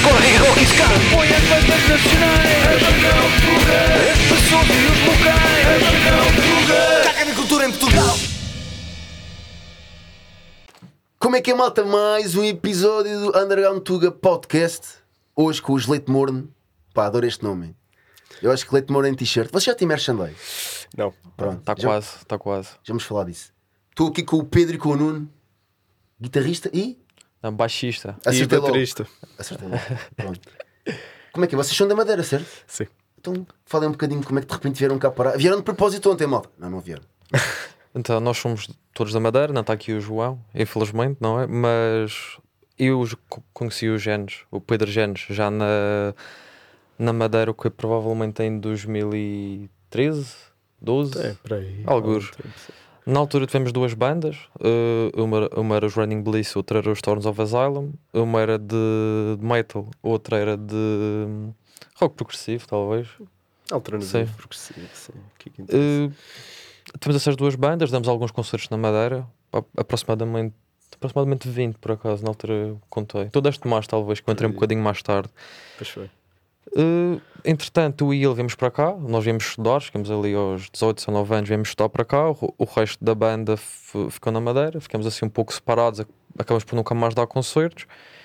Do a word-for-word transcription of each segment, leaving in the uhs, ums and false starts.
correm rock e ska. Põe as bandas nacionais, Underground Tuga. As pessoas e os locais, Underground Tuga. Caga na cultura em Portugal. Como é que é, malta? Mais um episódio do Underground Tuga Podcast. Hoje com os Leite Morno. Pá, adoro este nome. Eu acho que Leite Morno em t-shirt. Você já tem merchandise? Não. Pronto, Está já, quase, está quase. já vamos falar disso. Estou aqui com o Pedro e com o Nuno, guitarrista e... Não, baixista. Acertei E logo. baterista. Acertei logo. Pronto. Como é que é? Vocês são da Madeira, certo? Sim. Então falem um bocadinho como é que de repente vieram cá parar. Vieram de propósito ontem, malta? Não, não vieram. Então, nós somos todos da Madeira, não está aqui o João, infelizmente, não é? Mas eu conheci o Genes, o Pedro Genes, já na, na Madeira, o que provavelmente em dois mil e treze, doze, É, por aí. alguns. Na altura tivemos duas bandas, uh, uma, uma era os Running Bliss, outra era os Thorns of Asylum, uma era de metal, outra era de hum, rock progressivo, talvez. Alternativo, Sim. progressivo, sim. Que que interessa. Uh, tivemos essas duas bandas, damos alguns concertos na Madeira, a- aproximadamente, aproximadamente vinte por acaso, na altura contei. Tu deste mais, talvez, que eu entrei um Sim. bocadinho mais tarde. Pois foi. Uh, entretanto, eu e ele viemos para cá, nós viemos estudar, chegamos ali aos dezoito, dezanove anos, viemos estudar para cá, o, o resto da banda f- ficou na Madeira, ficamos assim um pouco separados, ac- acabamos por nunca mais dar concertos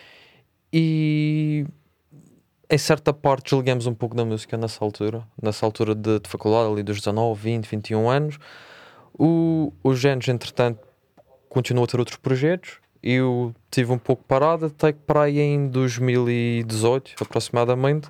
e em certa parte desligamos um pouco da música nessa altura, nessa altura de, de faculdade, ali dos dezanove, vinte, vinte e um anos. O, o Genes, entretanto, continuou a ter outros projetos. Eu tive um pouco parado, até que para aí em dois mil e dezoito, aproximadamente,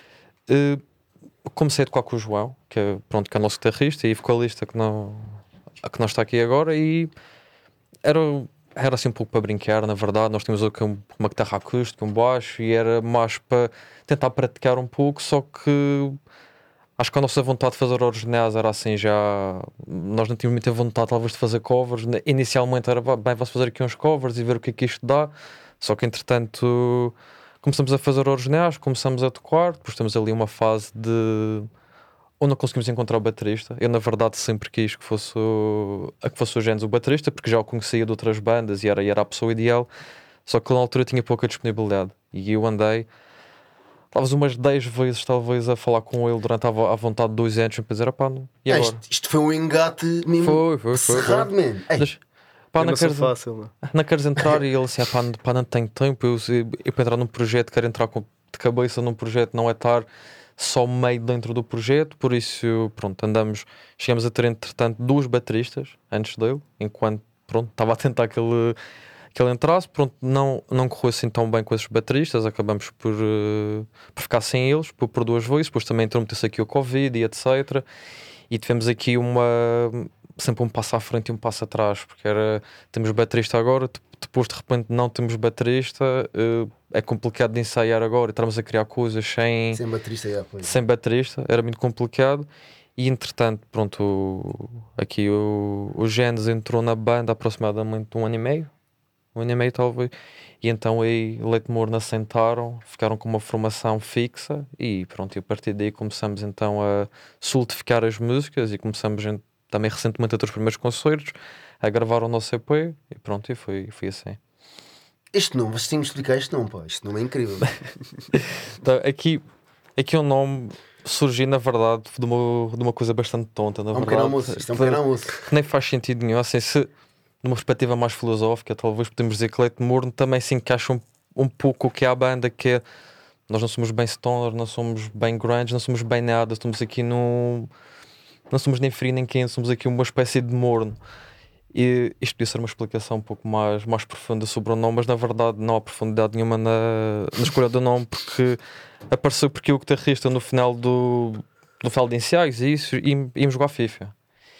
eh, comecei a tocar com o João, que é, pronto, que é o nosso guitarrista e vocalista que não, que não está aqui agora, e era, era assim um pouco para brincar, na verdade. Nós tínhamos aqui um- uma guitarra acústica, um baixo, e era mais para tentar praticar um pouco, só que acho que a nossa vontade de fazer originais era assim já... Nós não tínhamos muita vontade talvez de fazer covers. Inicialmente era, "Vá, bem, vamos fazer aqui uns covers e ver o que é que isto dá." Só que entretanto começamos a fazer originais, começamos a tocar, depois temos ali uma fase de... onde não conseguimos encontrar o baterista. Eu na verdade sempre quis que fosse o, a que fosse o Genes o baterista, porque já o conhecia de outras bandas e era, e era a pessoa ideal. Só que na altura tinha pouca disponibilidade e eu andei talvez umas dez vezes talvez a falar com ele durante a, vo- a vontade de dois anos para dizer, ah pá, não. E Ah, agora? isto, isto foi um engate mesmo Foi, foi, foi, cerrado, man. Ei, Deixa- pá, Eu não não sou queres, fácil, não. não queres entrar? E ele assim, ah, pá, não, pá, não tenho tempo, eu, eu para entrar num projeto quero entrar com, de cabeça num projeto, não é estar só meio dentro do projeto. Por isso, pronto, andamos, chegamos a ter entretanto duas bateristas antes dele, enquanto, pronto, estava a tentar que ele, que ele entrasse. Pronto, não, não correu assim tão bem com esses bateristas, acabamos por, eh, por ficar sem eles, por, por duas vezes. Depois também entrou-se aqui o Covid e etcétera. E tivemos aqui uma... sempre um passo à frente e um passo atrás, porque era, temos baterista agora, de- depois de repente não temos baterista, eh, é complicado de ensaiar agora, e estamos a criar coisas sem, sem baterista aí, pois. sem baterista, era muito complicado. E entretanto, pronto, o- aqui o, o Genes entrou na banda há aproximadamente um ano e meio, um ano e meio talvez, e então aí Leite Morno assentaram, ficaram com uma formação fixa e pronto, e a partir daí começamos então a solidificar as músicas e começamos en- também recentemente a ter os primeiros concertos, a gravar o nosso E P e pronto, e foi, foi assim. Este nome, vocês têm que explicar este nome, pá. Este nome é incrível. Então, aqui, aqui o nome surgiu na verdade de uma, de uma coisa bastante tonta, na É um verdade. pequeno almoço. Isto é um que- pequeno almoço. que nem faz sentido nenhum, assim, se numa perspectiva mais filosófica, talvez podemos dizer que Leite Morno também se encaixa um, um pouco o que é a banda, que é, nós não somos bem stoner, não somos bem grunge, não somos bem nada, estamos aqui num, não somos nem frio nem quente, somos aqui uma espécie de morno. E isto podia ser uma explicação um pouco mais, mais profunda sobre o nome, mas na verdade não há profundidade nenhuma na, na escolha do nome, porque apareceu porque o guitarrista no final do, do final de ensaios e isso, e íamos jogar FIFA.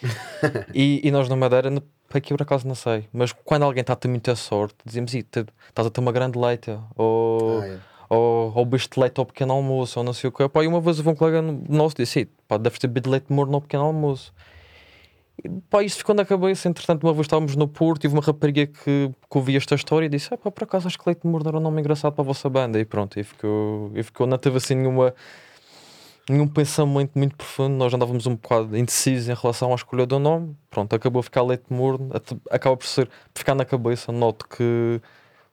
e, e nós na Madeira, no- aqui por acaso não sei, mas quando alguém está a ter muita sorte, dizemos, "Ih, te- estás a ter uma grande leite, ou, Ah, é. ou, ou bebeste leite ao pequeno almoço, ou não sei o que." Pá, e uma vez houve um colega nosso disse, "Ih, pá, deves ter bebido leite morno ao pequeno almoço." E, pá, isto ficou na cabeça. Entretanto, uma vez estávamos no Porto e houve uma rapariga que, que ouvia esta história e disse, ah, pá, por acaso acho que Leite Morno era um nome engraçado para a vossa banda. E pronto, e ficou, e ficou, não teve assim nenhuma, nenhum pensamento muito profundo. Nós andávamos um bocado indecisos em relação à escolha do nome. Pronto, acabou a ficar Leite Morno, acaba por ser, por ficar na cabeça. Noto que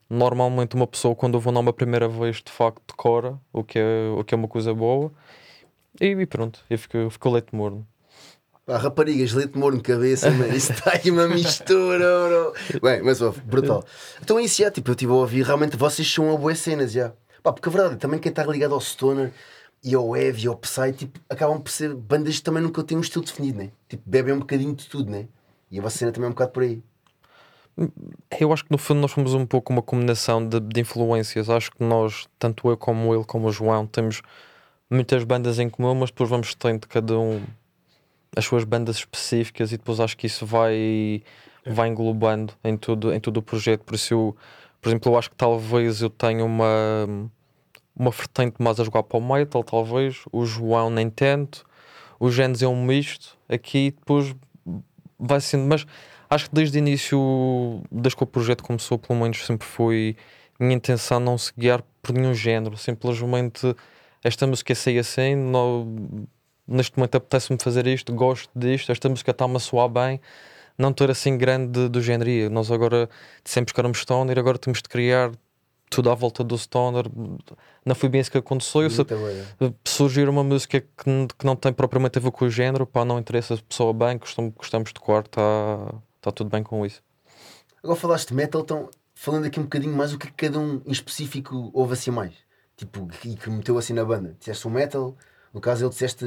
normalmente uma pessoa quando ouve o nome a primeira vez de facto decora, o que é, o que é uma coisa boa. E, e pronto, e ficou, ficou leite morno. Pá, raparigas, leite morno, cabeça, mano, isso está aí uma mistura, bro. Bem, mas ó, brutal. Então é isso já, tipo, eu estive a ouvir, realmente vocês são a boas cenas já. Pá, porque a verdade, também quem está ligado ao Stoner e ao Heavy e ao Psy, tipo, acabam por ser bandas que também nunca têm um estilo definido, né? Tipo, bebem um bocadinho de tudo, né? E a vossa cena também é um bocado por aí. Eu acho que no fundo nós somos um pouco uma combinação de, de influências. Acho que nós, tanto eu como ele, como o João, temos muitas bandas em comum, mas depois vamos tendo cada um as suas bandas específicas e depois acho que isso vai, vai englobando em tudo, em todo o projeto. Por isso, eu, por exemplo, eu acho que talvez eu tenha uma, uma vertente mais a jogar para o metal, talvez. O João nem tanto. O Genes é um misto. Aqui depois vai sendo, mas acho que desde o início, desde que o projeto começou, pelo menos sempre foi minha intenção não se guiar por nenhum género. Simplesmente esta música saía assim, não, neste momento apetece-me fazer isto, gosto disto, esta música está-me a soar bem, não ter assim grande do género. Nós agora dissemos que éramos stoner, agora temos de criar tudo à volta do stoner. Não foi bem isso que aconteceu. Se surgir uma música que, que não tem propriamente a ver com o género, pá, não interessa a pessoa bem, gostamos, gostamos de cor, está tá tudo bem com isso. Agora falaste de metal, então falando aqui um bocadinho mais, o que cada um em específico ouve assim mais? Tipo, e que meteu assim na banda? Disseste um metal, no caso ele disseste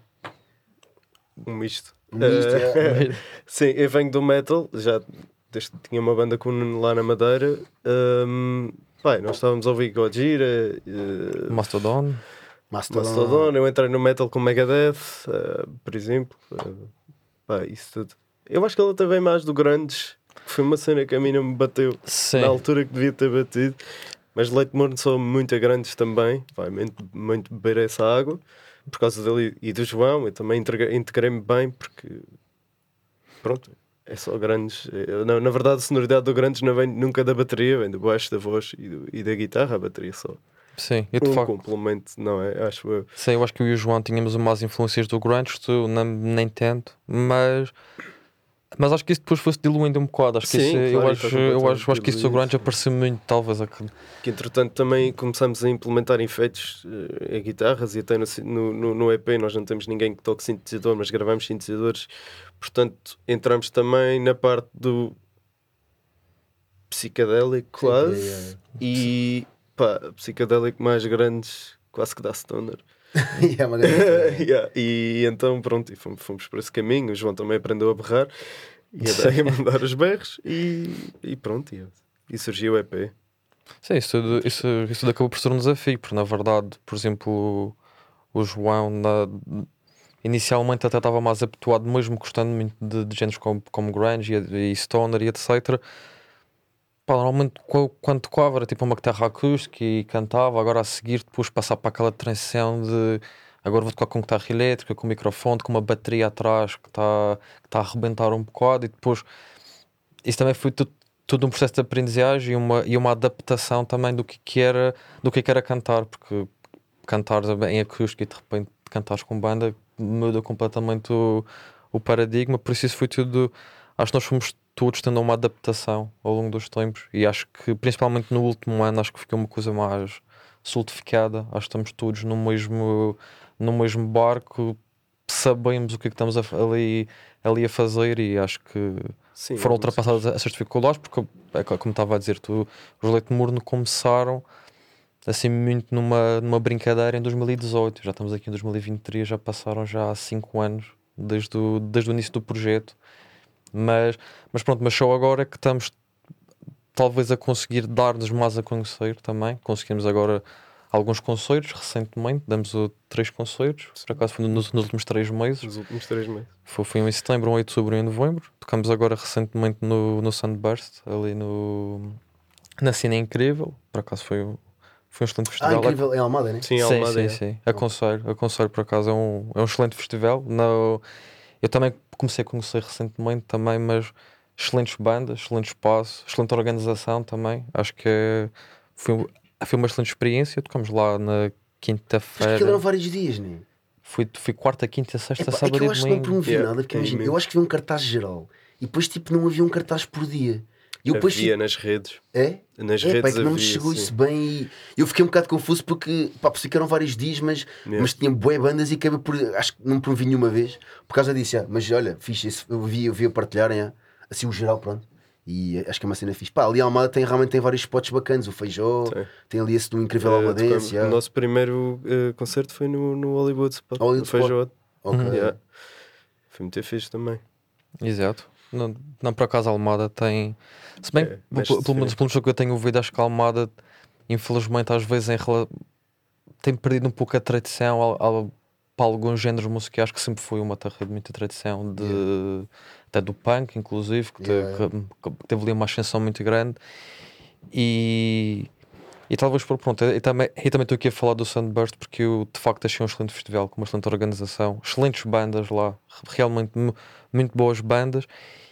um misto. Um misto, Uh, é. Sim, eu venho do metal, já desde que tinha uma banda com o Nuno lá na Madeira. Um, pai, nós estávamos a ouvir Gojira, uh, Mastodon. Mastodon. Mastodon. Eu entrei no metal com Megadeth, uh, por exemplo. Uh, pá, isso tudo. Eu acho que ela também mais do Grandes, que foi uma cena que a mim não me bateu Sim. na altura que devia ter batido. Mas leite morno são muito grandes também, vai muito, muito beber essa água por causa dele e do João. Eu também integrei-me bem porque pronto, é só grandes. Eu, na, na verdade, a sonoridade do Grandes não vem nunca da bateria, vem do baixo, da voz e, do, e da guitarra. A bateria só. Sim, eu de um facto. complemento, não é? Acho eu. Sim, eu acho que eu e o João tínhamos umas influências do grunge, tu não, nem tanto, mas. Mas acho que isso depois foi-se diluindo um bocado. Acho que Sim, isso, claro, eu, está acho, eu, completamente acho, eu acho que isso do diluído. grunge apareceu muito, talvez. Aqui. Que entretanto também começamos a implementar efeitos uh, em guitarras e até no, no, no, no E P nós não temos ninguém que toque sintetizador, mas gravamos sintetizadores. Portanto, entramos também na parte do psicadélico quase. Sim, é, é. E pá, psicadélico mais grandes, quase que dá stoner. É uma grande cena. Yeah, e então pronto, e fomos, fomos por esse caminho. O João também aprendeu a berrar e a, a mandar os berros e, e pronto, e, e surgiu o E P. Sim, isso, tudo- isso, isso tudo acabou por ser um desafio, porque na verdade, por exemplo, o, o João na- inicialmente até estava mais habituado, mesmo gostando muito de, de géneros como, como grunge e, e stoner e etcétera. Pá, normalmente qu- quando tocava era tipo uma guitarra acústica e cantava, agora a seguir depois passar para aquela transição de agora vou tocar com guitarra elétrica, com microfone, com uma bateria atrás que está que tá a arrebentar um bocado, e depois isso também foi tudo, tudo um processo de aprendizagem e uma, e uma adaptação também do que, que era do que, que era cantar, porque cantar em acústica e de repente cantares com banda muda completamente o, o paradigma. Por isso isso foi tudo, acho que nós fomos todos tendo uma adaptação ao longo dos tempos, e acho que principalmente no último ano acho que ficou uma coisa mais solidificada. Acho que estamos todos no mesmo, no mesmo barco, sabemos o que é que estamos a, ali, ali a fazer, e acho que Sim, foram alguns- ultrapassadas essas dificuldades, porque é co- como estava a dizer tu, os Leite Morno começaram assim muito numa, numa brincadeira em dois mil e dezoito, já estamos aqui em dois mil e vinte e três, já passaram já cinco anos desde o, desde o início do projeto. Mas, mas pronto, mas só agora é que estamos talvez a conseguir dar-nos mais a conhecer também. Conseguimos agora alguns concertos recentemente, damos o, três concertos, por acaso foi nos, nos últimos três meses. Nos últimos três meses. Foi, foi um em setembro, um em outubro e um em novembro. Tocamos agora recentemente no, no Sunburst, ali no, na Cine Incrível. Por acaso foi, um- foi um excelente Ah, festival. incrível, em Almada, né? Sim, Sim, Almada, sim, é. sim. Aconselho, aconselho por acaso, é um, é um excelente festival. No, eu também comecei a conhecer recentemente também, mas excelentes bandas, excelente espaço, excelente organização também. Acho que é, foi, foi uma excelente experiência. Tocamos lá na Mas que aquilo quinta-feira. eram vários dias, né? Fui, fui quarta, quinta, sexta, Epá, é sábado que eu e acho que não domingo. promovi Yeah, nada, porque é imagina, eu imenso. acho que vi um cartaz geral e depois tipo não havia um cartaz por dia. E eu depois Havia nas redes. É? Nas É, pá, é redes que não me havia, chegou sim. isso bem e eu fiquei um bocado confuso porque pá, ficaram vários dias, mas, Yeah. mas tinha bué bandas e acabei por. Acho que não me promovi nenhuma vez por causa disso. Já. Mas olha, fixe, esse- eu vi, eu vi a partilharem já, assim o geral, pronto. E acho que é uma cena fixe. Pá, ali a Almada tem, realmente tem vários spots bacanas. O Feijó, Tem. tem ali esse do Incrível Eh, Almadense. tocamos- já. O nosso primeiro eh, concerto foi no, no Hollywood Spot. Hollywood no Spot. Feijoada. Ok. Yeah. Foi muito fixe também. Exato. Não, não por acaso a Almada tem. Se bem É, que, mestre pelo pelo menos pelo menos que eu tenho ouvido, acho que a Almada, infelizmente, às vezes em rela- tem perdido um pouco a tradição ao- ao- para alguns géneros musicais, que sempre foi uma terra de muita tradição, de, até do punk, inclusive, que, te- Yeah, que- que teve ali uma ascensão muito grande. E, e talvez por pronto, eu também eu também estou aqui a falar do Sunburst porque eu de facto achei um excelente festival, com uma excelente organização, excelentes bandas lá, realmente mu- muito boas bandas.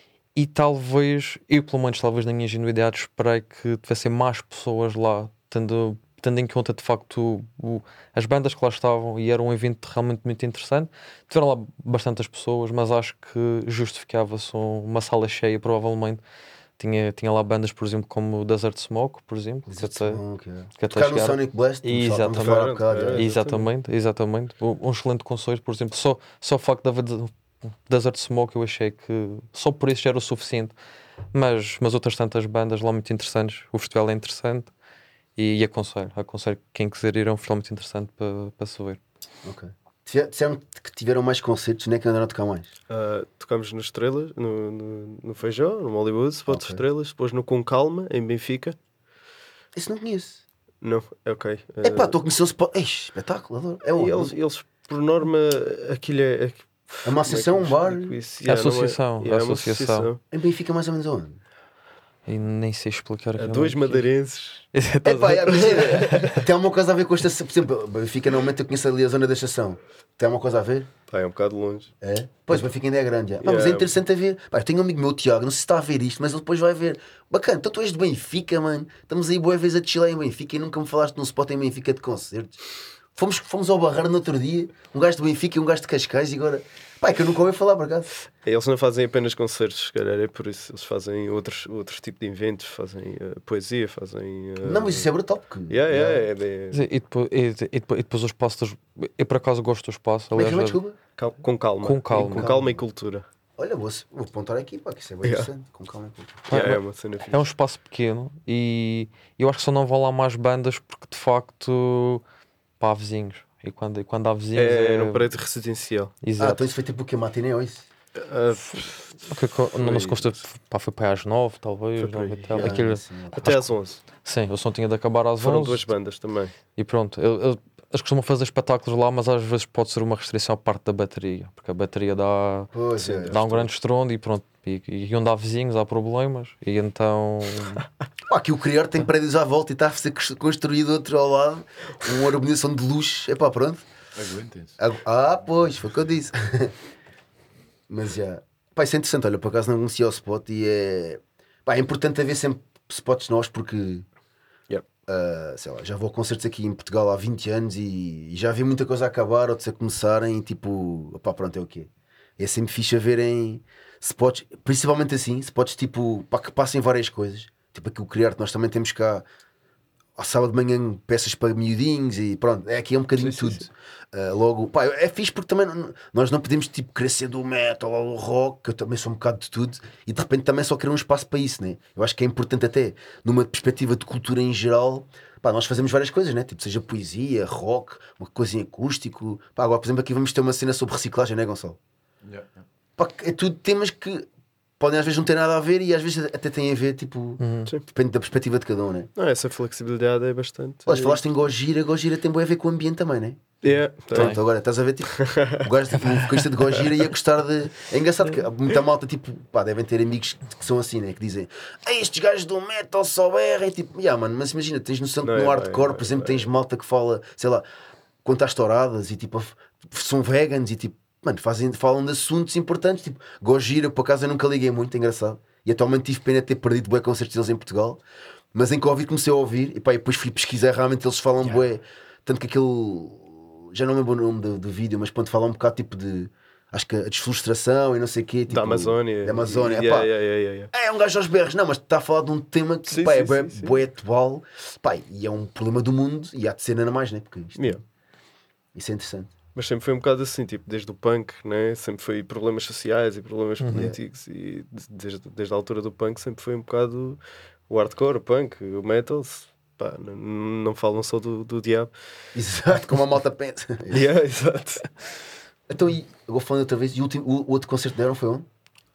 E talvez, eu pelo menos talvez na minha ingenuidade esperei que tivessem mais pessoas lá, tendo, tendo em conta de facto o, o- as bandas que lá estavam, e era um evento realmente muito interessante. Tiveram lá bastantes pessoas, mas acho que justificava-se um- uma sala cheia, provavelmente. Tinha, tinha lá bandas, por exemplo, como o Desert Smoke, por exemplo, que até, Smoke, yeah. que até Tocar no chegaram. Sonic Blast, estamos a Exatamente. falar há bocado. Tocaram, yeah. Exatamente, exatamente. Um, um excelente concerto, por exemplo, só, só o facto de haver de- Desert Smoke eu achei que só por isso já era o suficiente. Mas, mas outras tantas bandas lá muito interessantes. O festival é interessante e, e aconselho, aconselho quem quiser ir, é um festival muito interessante para, para se ver. Ok. Tive- Disseram que tiveram mais concertos, não é que andaram a tocar mais? Ah, tocámos no Estrelas, no, no, no Feijó, no Hollywood Spot Ok. Estrelas, depois no Com Calma, em Benfica. Isso não conheço. Não, é ok. É pá, Ah, estou a conhecer um spot. Ei, espetáculo, adoro. É e onde? eles, eles, por norma, aquilo é. é É uma associação, como é que um eu bar? explico isso? É Yeah, não associação, yeah, é uma associação. Em Benfica mais ou menos onde? E nem sei explicar Há aquilo. dois madeirenses. É pá, é, imagina, tem alguma coisa a ver com esta. Por exemplo, Benfica normalmente eu conheço ali a zona da estação. Tem alguma coisa a ver? Pá, é um bocado longe. É? Pois, Benfica ainda é grande. Já. Pá, mas é Yeah. interessante a ver. Pá, eu tenho um amigo meu, o Tiago, não sei se está a ver isto, mas ele depois vai ver. Bacana, então tu és de Benfica, mano. Estamos aí boa vez a chilar em Benfica e nunca me falaste num spot em Benfica de concertos. Fomos, fomos ao Barreiro no outro dia, um gajo de Benfica e um gajo de Cascais e agora. Pá, é que eu nunca ouvi falar, por acaso. Eles não fazem apenas concertos, se calhar é por isso. Eles fazem outros, outros tipos de eventos, fazem eh, poesia, fazem. eh, Não, mas isso é brutal, porque. Yeah, yeah, é bem- E depois, e, e depois, e depois o espaço dos, eu por acaso gosto do espaço. Como é que chama, Aliás, desculpa? cal- com calma. Com calma. Com calma e cultura. Olha, vou, vou apontar aqui, pá, que isso é bem Yeah. interessante. Com calma. com calma. Yeah, é- é uma cena fixe. é um espaço pequeno e eu acho que só não vão lá mais bandas porque de facto pá, há vizinhos. E quando, e quando há vizinhos É, é. num prédio residencial. Ah, Exato. então isso foi tipo o que? Matiné ou isso? Ah, Que- que- não, não se consta, pá, foi para aí às nove, talvez. Foi por aí. nove e tal. Yeah, Aquilo- sim, yeah. até às onze. sim, o som tinha de acabar às Foram onze. duas bandas também. E pronto, eu- eu- eles costumam fazer espetáculos lá, mas às vezes pode ser uma restrição à parte da bateria, porque a bateria dá, Pois Sim, é. dá um grande estrondo e pronto. E, e onde há vizinhos há problemas, e então. Pá, aqui o criar tem prédios à volta e está a ser cons- construído outro ao lado, uma urbanização de luxo. É pá, pronto. Aguentem-se. Ah, pois, foi o que eu disse. Mas já. Pá, isso é interessante. Olha, por acaso não conhecia o spot e é. Pá, é importante haver sempre spots novos porque. Yep. ah, sei lá, já vou a concertos aqui em Portugal há vinte anos e, e já vi muita coisa a acabar, outros a começarem e tipo. Pá, pronto, é o quê? É sempre fixe haverem spots, principalmente assim, spots tipo. Pá, que passem várias coisas. Tipo aqui o Criar, nós também temos cá. Ao sábado de manhã peças para miudinhos e pronto, é aqui é um bocadinho Sim, tudo. sim, sim. Uh, logo, pá, é fixe porque também não- nós não podemos tipo querer ser do metal ou do rock, que eu também sou um bocado de tudo, e de repente também só querer um espaço para isso, né? Eu acho que é importante até, numa perspectiva de cultura em geral, pá, nós fazemos várias coisas, né? Tipo, seja poesia, rock, uma coisa em acústico. Pá, agora, por exemplo, aqui vamos ter uma cena sobre reciclagem, né, Gonçalo? Yeah, yeah. Pá, é tudo temas que podem às vezes não ter nada a ver e às vezes até têm a ver, tipo, Uhum. Sim. depende da perspectiva de cada um, né? Não, essa flexibilidade é bastante. Olha, falaste em Gojira, Gojira tem bem a ver com o ambiente também, né? Yeah, tem. Pronto, agora estás a ver, tipo, o gajo, tipo, o vocalista de Gojira ia gostar de. É engraçado que muita malta, tipo, pá, devem ter amigos que são assim, né? Que dizem, "Ei, estes gajos do metal só berram", tipo, yeah, mano, mas imagina, tens noção que Não, no é hardcore, bem, por é exemplo, bem. tens malta que fala, sei lá, conta as touradas e tipo, são vegans e tipo, mano, fazem, falam de assuntos importantes, tipo, Gojira, por acaso eu nunca liguei muito, é engraçado, e atualmente tive pena de ter perdido bué concertos deles em Portugal, mas em Covid comecei a ouvir e pá, e depois fui pesquisar, realmente eles falam bué, tanto que aquele. Já não lembro o nome do, do vídeo, mas pronto, fala um bocado tipo de. acho que a desflorestação e não sei o quê. Tipo, da Amazónia. Da Amazónia, Yeah, pá. yeah, yeah, yeah, yeah. É um gajo aos berros, não, mas está a falar de um tema que Sim, pá, sim, é bué, sim, sim. bué atual, pá, e é um problema do mundo e há de ser nada mais, né? Porque isto, Yeah. isso é interessante. Mas sempre foi um bocado assim, tipo, desde o punk, né? Sempre foi problemas sociais e problemas Uhum. políticos e de- desde, desde a altura do punk sempre foi um bocado o hardcore, o punk, o metal, pá, não, não falam só do, do diabo. Exato, como a malta pensa. Yeah, exato. Então, e agora falando outra vez, e o, último, o, o outro concerto deram foi onde?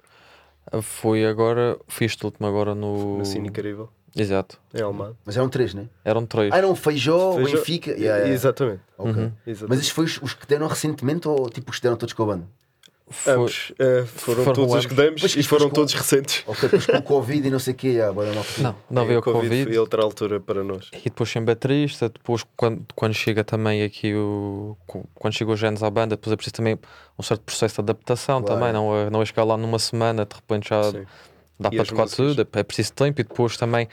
Foi agora, fiz este último agora no. No Cine Incrível, Exato. em Almada. Mas eram três, né? Eram três. Ah, não, Feijó, Feijó- Benfica. Yeah, yeah. Exatamente. Ok. Uhum. exatamente. Mas esses foi os, os que deram recentemente ou tipo os que deram todos com a banda? Foi- Ambos eh, foram foram todos os ambos. que demos Pois, e foram com- todos recentes. Ok, depois com o Covid e não sei o quê. Yeah, agora não, Não, não É, veio o o Covid. foi outra altura para nós. E depois sem baterista, depois quando, quando chega também aqui o. Quando chega o Genes à banda, depois é preciso também um certo processo de adaptação Claro. também, não é, não é chegar lá numa semana, de repente já Sim. dá E para as tocar músicas? tudo, é preciso tempo e depois também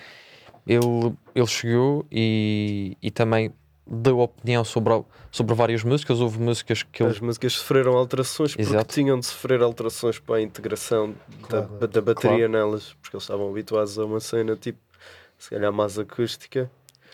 ele, ele chegou e, e também deu opinião sobre, a- sobre várias músicas, houve músicas que ele As músicas sofreram alterações porque Exato. tinham de sofrer alterações para a integração Claro, da, claro. da bateria nelas, porque eles estavam habituados a uma cena tipo, se calhar mais acústica.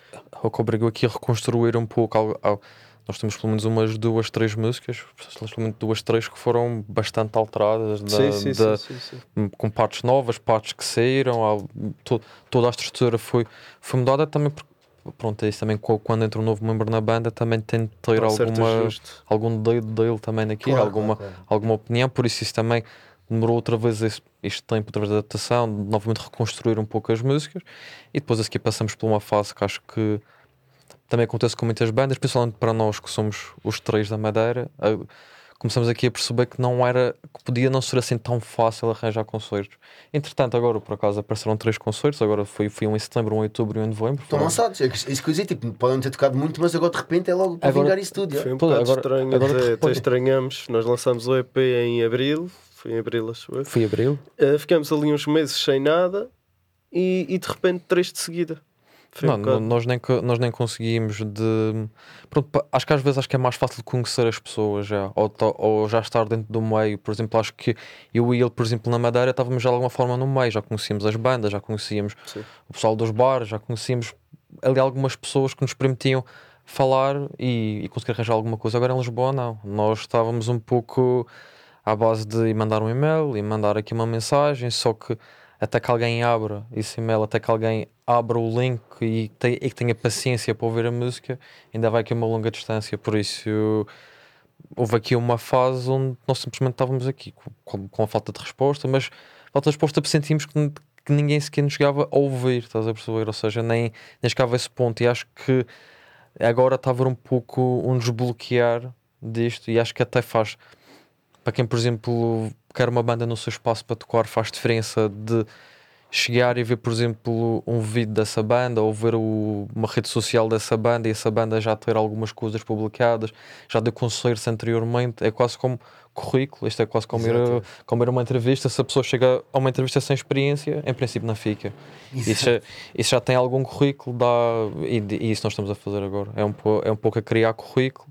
o que obrigou aqui a reconstruir um pouco. Ao, ao- nós temos pelo menos umas duas, três músicas, pelo menos duas, três que foram bastante alteradas, da- Sim, sim, da- sim, sim, sim. com partes novas, partes que saíram, há- to- toda a estrutura foi, foi mudada também porque, pronto, é isso também co- quando entra um novo membro na banda também tem de ter Há um certo alguma, ajuste. algum dedo dele também naquilo, Claro, alguma, claro, claro. alguma opinião, por isso isso também demorou outra vez este, este tempo, outra vez de adaptação, de novamente reconstruir um pouco as músicas e depois a seguir passamos por uma fase que acho que também acontece com muitas bandas, principalmente para nós que somos os três da Madeira, a- começamos aqui a perceber que não era, que podia não ser assim tão fácil arranjar concertos. Entretanto, agora por acaso apareceram três concertos, agora foi, foi um em setembro, um em outubro e um em novembro. Estão Foram- lançados, é que- isso que eu dizia, tipo, podem não ter tocado muito, mas agora de repente é logo para Agora- vingar isso tudo. Foi yeah. um Pô, bocado agora- estranho, agora até, de até repente- estranhamos. Nós lançámos o E P em abril, foi em abril, acho eu. Foi abril. Uh, ficamos ali uns meses sem nada e, e de repente três de seguida. Foi Não, um bocado- nós, nem, co- nós nem conseguimos de. Pronto, pa- acho que às vezes acho que é mais fácil conhecer as pessoas já, ou, to- ou já estar dentro do meio. Por exemplo, acho que eu e ele, por exemplo, na Madeira, estávamos já de alguma forma no meio, já conhecíamos as bandas, já conhecíamos Sim. o pessoal dos bares, já conhecíamos ali algumas pessoas que nos permitiam falar e, e conseguir arranjar alguma coisa. Agora em Lisboa, não. Nós estávamos um pouco à base de mandar um e-mail e mandar aqui uma mensagem, só que até que alguém abra esse e-mail, até que alguém abra o link e, te, e que tenha paciência para ouvir a música, ainda vai aqui uma longa distância. Por isso, houve aqui uma fase onde nós simplesmente estávamos aqui com, com, com a falta de resposta, mas falta de resposta porque sentimos que, que ninguém sequer nos chegava a ouvir, estás a perceber? Ou seja, nem, nem chegava a esse ponto. E acho que agora está a haver um pouco um desbloquear disto, e acho que até faz. Para quem, por exemplo, quer uma banda no seu espaço para tocar, faz diferença de chegar e ver, por exemplo, um vídeo dessa banda ou ver o- uma rede social dessa banda e essa banda já ter algumas coisas publicadas, já deu concertos anteriormente. É quase como currículo, isto é quase como ir, a, Exato. como ir a uma entrevista. Se a pessoa chega a uma entrevista sem experiência, em princípio não fica. Isso já, isso já tem algum currículo, dá, e, e isso nós estamos a fazer agora. É um, po- é um pouco a criar currículo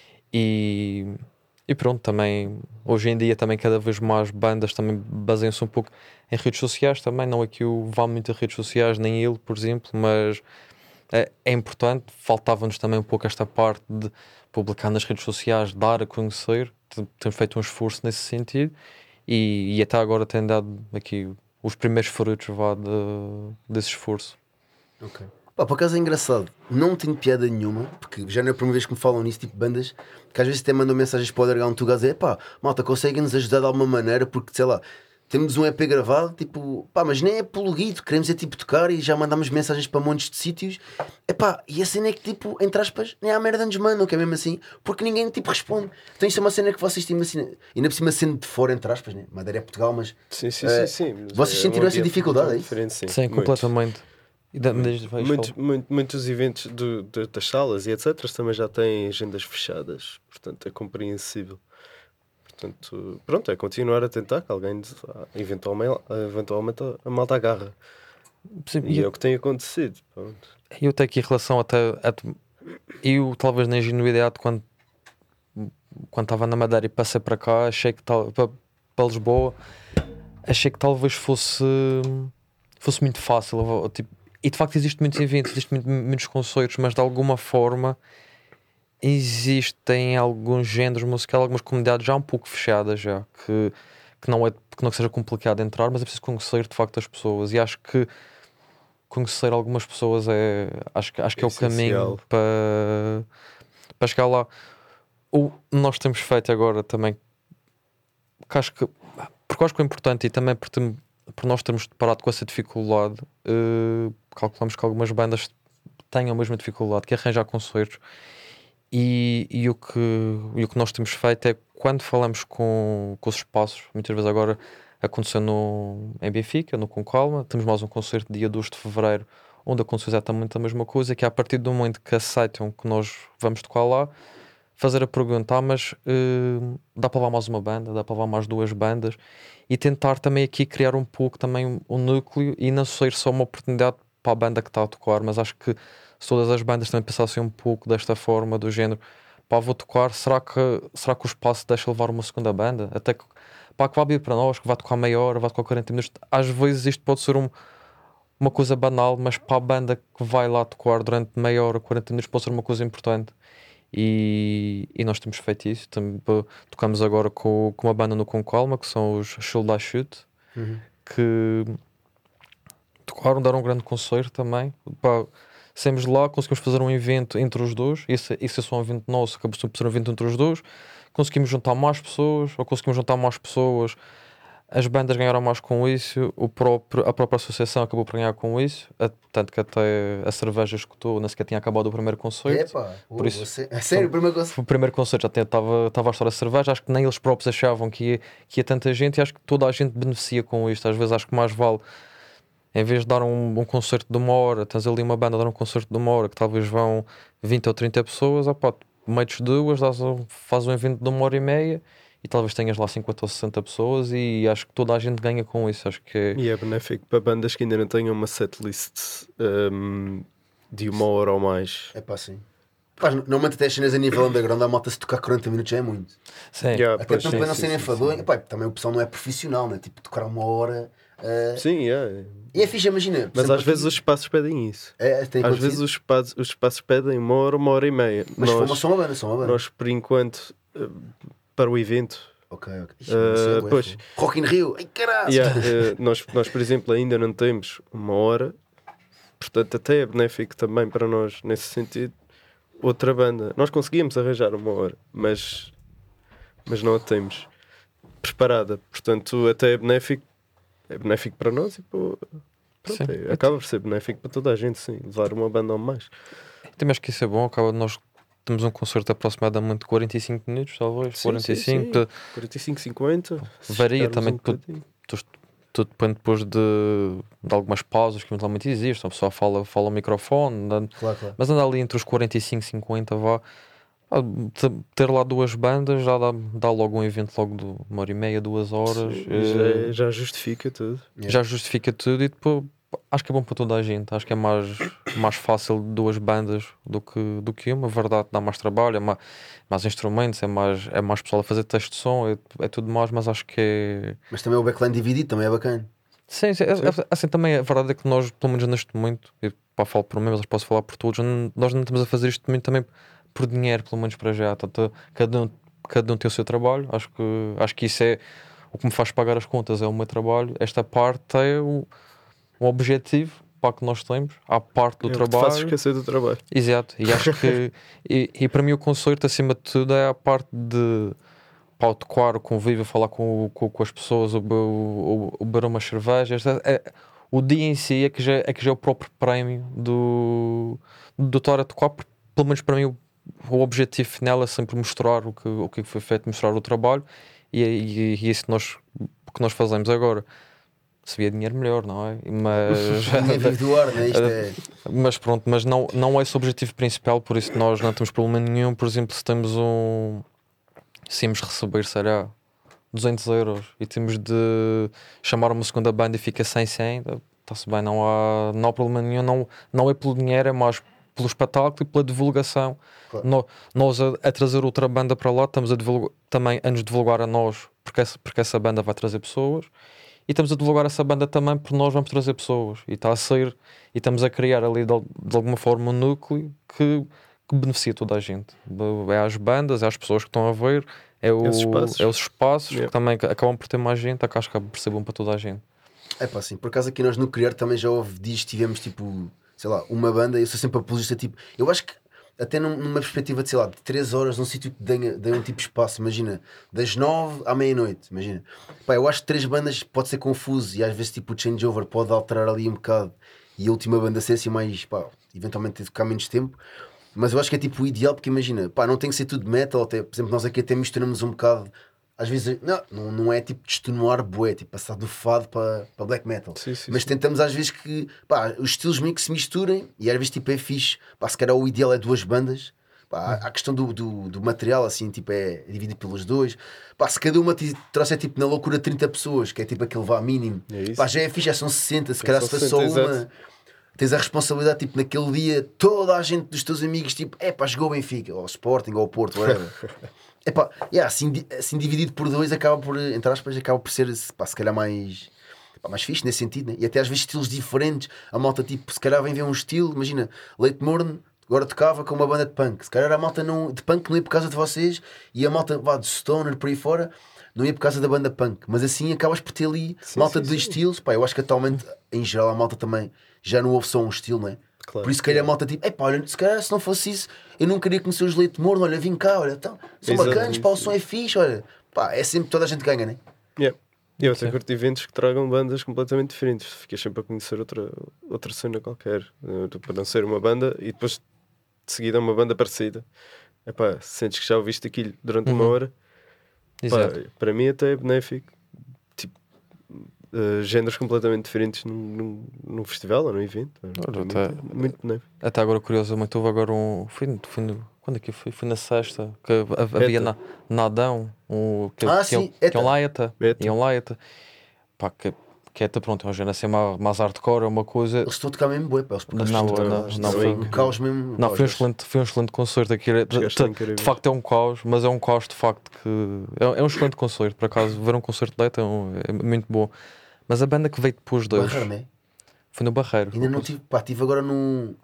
e. E pronto, também hoje em dia também cada vez mais bandas também baseiam-se um pouco em redes sociais também, não é que eu vá muito a redes sociais, nem ele, por exemplo, mas é, é importante, faltava-nos também um pouco esta parte de publicar nas redes sociais, dar a conhecer, T- temos feito um esforço nesse sentido e, e até agora tem dado aqui os primeiros frutos vá, de, desse esforço. Ok. Pá, por acaso é engraçado, não tenho piada nenhuma, porque já não é a primeira vez que me falam nisso, tipo bandas, que às vezes até mandam mensagens para o Underground Tuga a dizer, pá, malta, conseguem-nos ajudar de alguma maneira, porque sei lá, temos um E P gravado, tipo, pá, mas nem é pelo guido, queremos é tipo tocar e já mandamos mensagens para montes de sítios, é pá, e a cena é que tipo, entre aspas, nem há merda nos mandam, que é mesmo assim, porque ninguém tipo responde. Então isto é uma cena que vocês têm, assim, ainda por cima sendo de fora, entre aspas, né? Madeira é Portugal, mas Sim, sim, Eh, sim, sim. vocês É sentiram um essa ambiente dificuldade, é isso? diferente, sim. Sim, Muito. completamente. E da, desde, vais Muitos, falar. muito- muitos eventos do- do- das salas e etcétera também já têm agendas fechadas, portanto é compreensível. Portanto, pronto, é continuar a tentar que alguém ah, eventualmente, eventualmente a malta agarra. Sim, E e é o que tem acontecido. Pronto. eu tenho aqui em relação até a, eu talvez na ingenuidade quando quando estava na Madeira e passei para cá, achei que tal, para, para Lisboa, achei que talvez fosse, fosse muito fácil. Tipo, e de facto existem muitos eventos, existem muito- muitos concertos, mas de alguma forma existem alguns géneros musicais, algumas comunidades já um pouco fechadas já, que, que, não é, que não seja complicado entrar, mas é preciso conhecer de facto as pessoas. E acho que conhecer algumas pessoas é, acho, que- acho que é o caminho Essencial. para, para chegar lá. O nós temos feito agora também, que acho que, porque eu acho que é importante e também por, tem- por nós termos deparado com essa dificuldade, eh, calculamos que algumas bandas tenham a mesma dificuldade, que é arranjar concertos. E, e, o que, e o que nós temos feito é quando falamos com, com os espaços, muitas vezes agora aconteceu no, em Benfica, no Com Calma, temos mais um concerto dia dois de Fevereiro, onde aconteceu exatamente a mesma coisa, que é a partir do momento que aceitam que nós vamos tocar lá, fazer a pergunta, ah, mas eh, dá para levar mais uma banda, dá para levar mais duas bandas, e tentar também aqui criar um pouco também um, um núcleo e não ser só uma oportunidade para a banda que está a tocar, mas acho que se todas as bandas também pensassem um pouco desta forma, do género, pá, vou tocar, será que, será que o espaço deixa levar uma segunda banda? Até que, pá, que vai abrir para nós, que vai tocar meia hora, vai tocar quarenta minutos. Às vezes isto pode ser um, uma coisa banal, mas para a banda que vai lá tocar durante meia hora, quarenta minutos, pode ser uma coisa importante. E, e nós temos feito isso. Também, pá, tocamos agora com, com uma banda no Com Calma, que são os Should I Shoot, Uhum. que tocaram, deram um grande concerto também. Pá, saímos de lá, conseguimos fazer um evento entre os dois. Isso, isso é só um evento nosso, acabou por ser um evento entre os dois. Conseguimos juntar mais pessoas, ou conseguimos juntar mais pessoas. As bandas ganharam mais com isso, o próprio, a própria associação acabou por ganhar com isso, a- tanto que até a cerveja escutou, nem sequer tinha acabado o primeiro concerto. Epá, Por oh, isso, você... a sério, primeira coisa. o primeiro concerto já estava estava a estourar a cerveja, acho que nem eles próprios achavam que ia, que ia tanta gente, e acho que toda a gente beneficia com isto. Às vezes acho que mais vale, em vez de dar um, um concerto de uma hora, tens ali uma banda a dar um concerto de uma hora, que talvez vão vinte ou trinta pessoas, opá, metes duas, dás um, fazes um evento de uma hora e meia, e talvez tenhas lá cinquenta ou sessenta pessoas, e acho que toda a gente ganha com isso. Acho que é... E é benéfico para bandas que ainda não tenham uma setlist um, de uma hora ou mais. É pá, sim. Pá, normalmente até as cenas a nível underground, a malta se tocar quarenta minutos já é muito. Sim, Yeah, Até pois, para sim, não sim, serem sim, enfadonhos. sim. Pá, também o pessoal não é profissional, né? Tipo, tocar uma hora. eh, Sim, yeah. E é fixe, imagina. por Mas exemplo, às vezes aqui- os espaços pedem isso. É, tem Às acontecido. vezes os espaços, os espaços pedem uma hora, uma hora e meia. Mas se for uma, nós, só uma banda, só uma banda. nós, por enquanto, eh, para o evento, Ok, ok. Ixi, Uh, isso é bué, pois. fogo. Rock in Rio. Ai, caralho. yeah, eh, nós, nós, por exemplo, ainda não temos uma hora, portanto, até é benéfico também para nós, nesse sentido. Outra banda, nós conseguimos arranjar uma hora, mas, mas não a temos preparada, portanto, até é benéfico, é benéfico para nós e pô, pronto, Sim. é- acaba por ser benéfico para toda a gente, sim, levar uma banda ou mais. Também acho que isso é bom. Acaba de nós temos um concerto aproximadamente de quarenta e cinco minutos, talvez, Sim, quarenta e sim, cinco. sim. quarenta e cinco, cinquenta. se Varia chegarmos também um por- bocadinho. Tudo depende depois de, de algumas pausas que eventualmente existem. A pessoa fala, fala ao microfone, anda- Claro, claro. mas anda ali entre os quarenta e cinco e cinquenta, vá. Ah, te- ter lá duas bandas já dá, dá logo um evento logo de uma hora e meia, duas horas. Sim, eh, já, já justifica tudo. Yeah. já justifica tudo, e depois pá, acho que é bom para toda a gente. Acho que é mais, mais fácil duas bandas do que, do que uma. Verdade, dá mais trabalho, é mais, mais instrumentos, é mais, é mais pessoal a fazer texto de som, é, é tudo mais, mas acho que é. Mas também o backline dividido também é bacana. Sim, sim, é- Sim. é- assim também a verdade é que nós, pelo menos neste momento, eu pá, falo por mim, mas posso falar por todos, não- nós não estamos a fazer isto muito também por dinheiro, pelo menos para já. Portanto, cada um, cada um tem o seu trabalho. Acho que, acho que isso é o que me faz pagar as contas, é o meu trabalho. Esta parte é o, o objetivo para que nós temos, à parte do É o que te faz trabalho. esquecer do trabalho. Exato, e acho que e, e para mim o concerto acima de tudo é a parte de pá, o tocar, o convívio, falar com, com, com as pessoas, o, be- o, o, o beber umas cervejas. É, é- o dia em si é que já é, que já é o próprio prémio do, do estar a tocar, porque, pelo menos para mim o, o objetivo final é sempre mostrar o que, o que foi feito, mostrar o trabalho, e, e, e isso que nós, que nós fazemos agora. Se vier dinheiro melhor, não é? Mas Ninguém vive do ar, né? Isto é. mas pronto, mas não, não é esse o objetivo principal, por isso nós não temos problema nenhum. Por exemplo, se temos um. Se íamos receber, será duzentos euros e temos de chamar uma segunda banda e fica cem, cem, está-se bem, não há, não há problema nenhum. Não, não é pelo dinheiro, é mais pelo espetáculo e pela divulgação. Claro. No, nós a, a trazer outra banda para lá, estamos a divulgar, também a nos divulgar a nós, porque essa, porque essa banda vai trazer pessoas, e estamos a divulgar essa banda também porque nós vamos trazer pessoas, e está a ser, e estamos a criar ali de, de alguma forma um núcleo que, que beneficia toda a gente. É às bandas, é às pessoas que estão a ver, é, o, Esses espaços. é os espaços Yeah. que também acabam por ter mais gente, acho que percebam para toda a gente. É pá, assim, por acaso aqui nós no Criar também já houve dias, tivemos tipo, sei lá, uma banda, eu sou sempre apologista, tipo, eu acho que até num- numa perspectiva de, sei lá, de três horas num sítio que dê, dê um tipo de espaço, imagina, das nove à meia-noite, imagina. Pá, eu acho que três bandas pode ser confuso e às vezes tipo o changeover pode alterar ali um bocado e a última banda ser assim mais, pá, eventualmente ter de ficar menos tempo. Mas eu acho que é tipo o ideal, porque imagina, pá, não tem que ser tudo metal, até, por exemplo, nós aqui até misturamos um bocado, às vezes, não, não, não é tipo destonoar bué, tipo passar do fado para, para black metal. Sim, sim, Mas sim. tentamos às vezes que, pá, os estilos meio que se misturem e às vezes tipo é fixe, pá, se calhar o ideal é duas bandas, pá, há- há a questão do, do, do material, assim, tipo é dividido pelos dois, pá, se cada uma te trouxer tipo na loucura trinta pessoas, que é tipo aquele vá mínimo, É isso. pá, já é fixe, já são sessenta, se calhar se são for só sessenta, uma. exato. Tens a responsabilidade, tipo, naquele dia, toda a gente dos teus amigos, tipo, é pá, jogou o Benfica, ou o Sporting, ou o Porto, whatever. É pá, yeah, assim, di- assim dividido por dois, acaba por, entre aspas, acaba por ser, pá, se calhar mais, pá, mais fixe nesse sentido, né? E até às vezes estilos diferentes. A malta, tipo, se calhar vem ver um estilo, imagina, Leite Morno, agora tocava com uma banda de punk. Se calhar a malta não, de punk não ia por causa de vocês, e a malta, vá, de Stoner, por aí fora, não ia por causa da banda punk. Mas assim acabas por ter ali Sim, malta sim, de dois sim. estilos, pá, eu acho que atualmente, em geral, a malta também já não ouve só um estilo, não é? Claro. Por isso, se calhar a malta tipo, epá, olha, se calhar se não fosse isso, eu não queria conhecer os Leite Morno, olha, vim cá, olha, então, são Exato, bacanas, pá, o isso. som é fixe, olha, pá, é sempre toda a gente ganha, né? Yeah. E eu até Sim. curto eventos que tragam bandas completamente diferentes. Ficas sempre a conhecer outra, outra cena qualquer. Eh, Para não ser uma banda e depois de seguida uma banda parecida. Epá, sentes que já ouviste aquilo durante uma Uhum. hora. Pá, Exato. para mim até é benéfico. Tipo, eh, géneros completamente diferentes num, num, num festival ou num evento. Para Olha, mim até- é muito benéfico. Até agora, curiosamente, houve agora um. Fui, fui no, quando é que foi? Fui na sexta, que hav- havia Eta. na, Nadão, um, que, Ah, que, sim, que, Eta. é um Laeta. Eta. E é um Laeta. Pá, que, que Eta, pronto, é um género assim mais, mais hardcore, é uma coisa. Eles estão a tocar mesmo bué, pá, eles Não, eles não, estão a não, tocar- não, foi foi- um caos mesmo. Não, pá, foi um os gajos- excelente, foi um excelente concerto. Aquilo, é- Os gajos de, estão de, incríveis. de facto é um caos, mas é um caos de facto que. É, é um excelente concerto, por acaso, ver um concerto de Eta é, um- é muito bom. Mas a banda que veio depois deles Barreiro, né? foi no Barreiro. Ainda não tive, pá, tive agora no,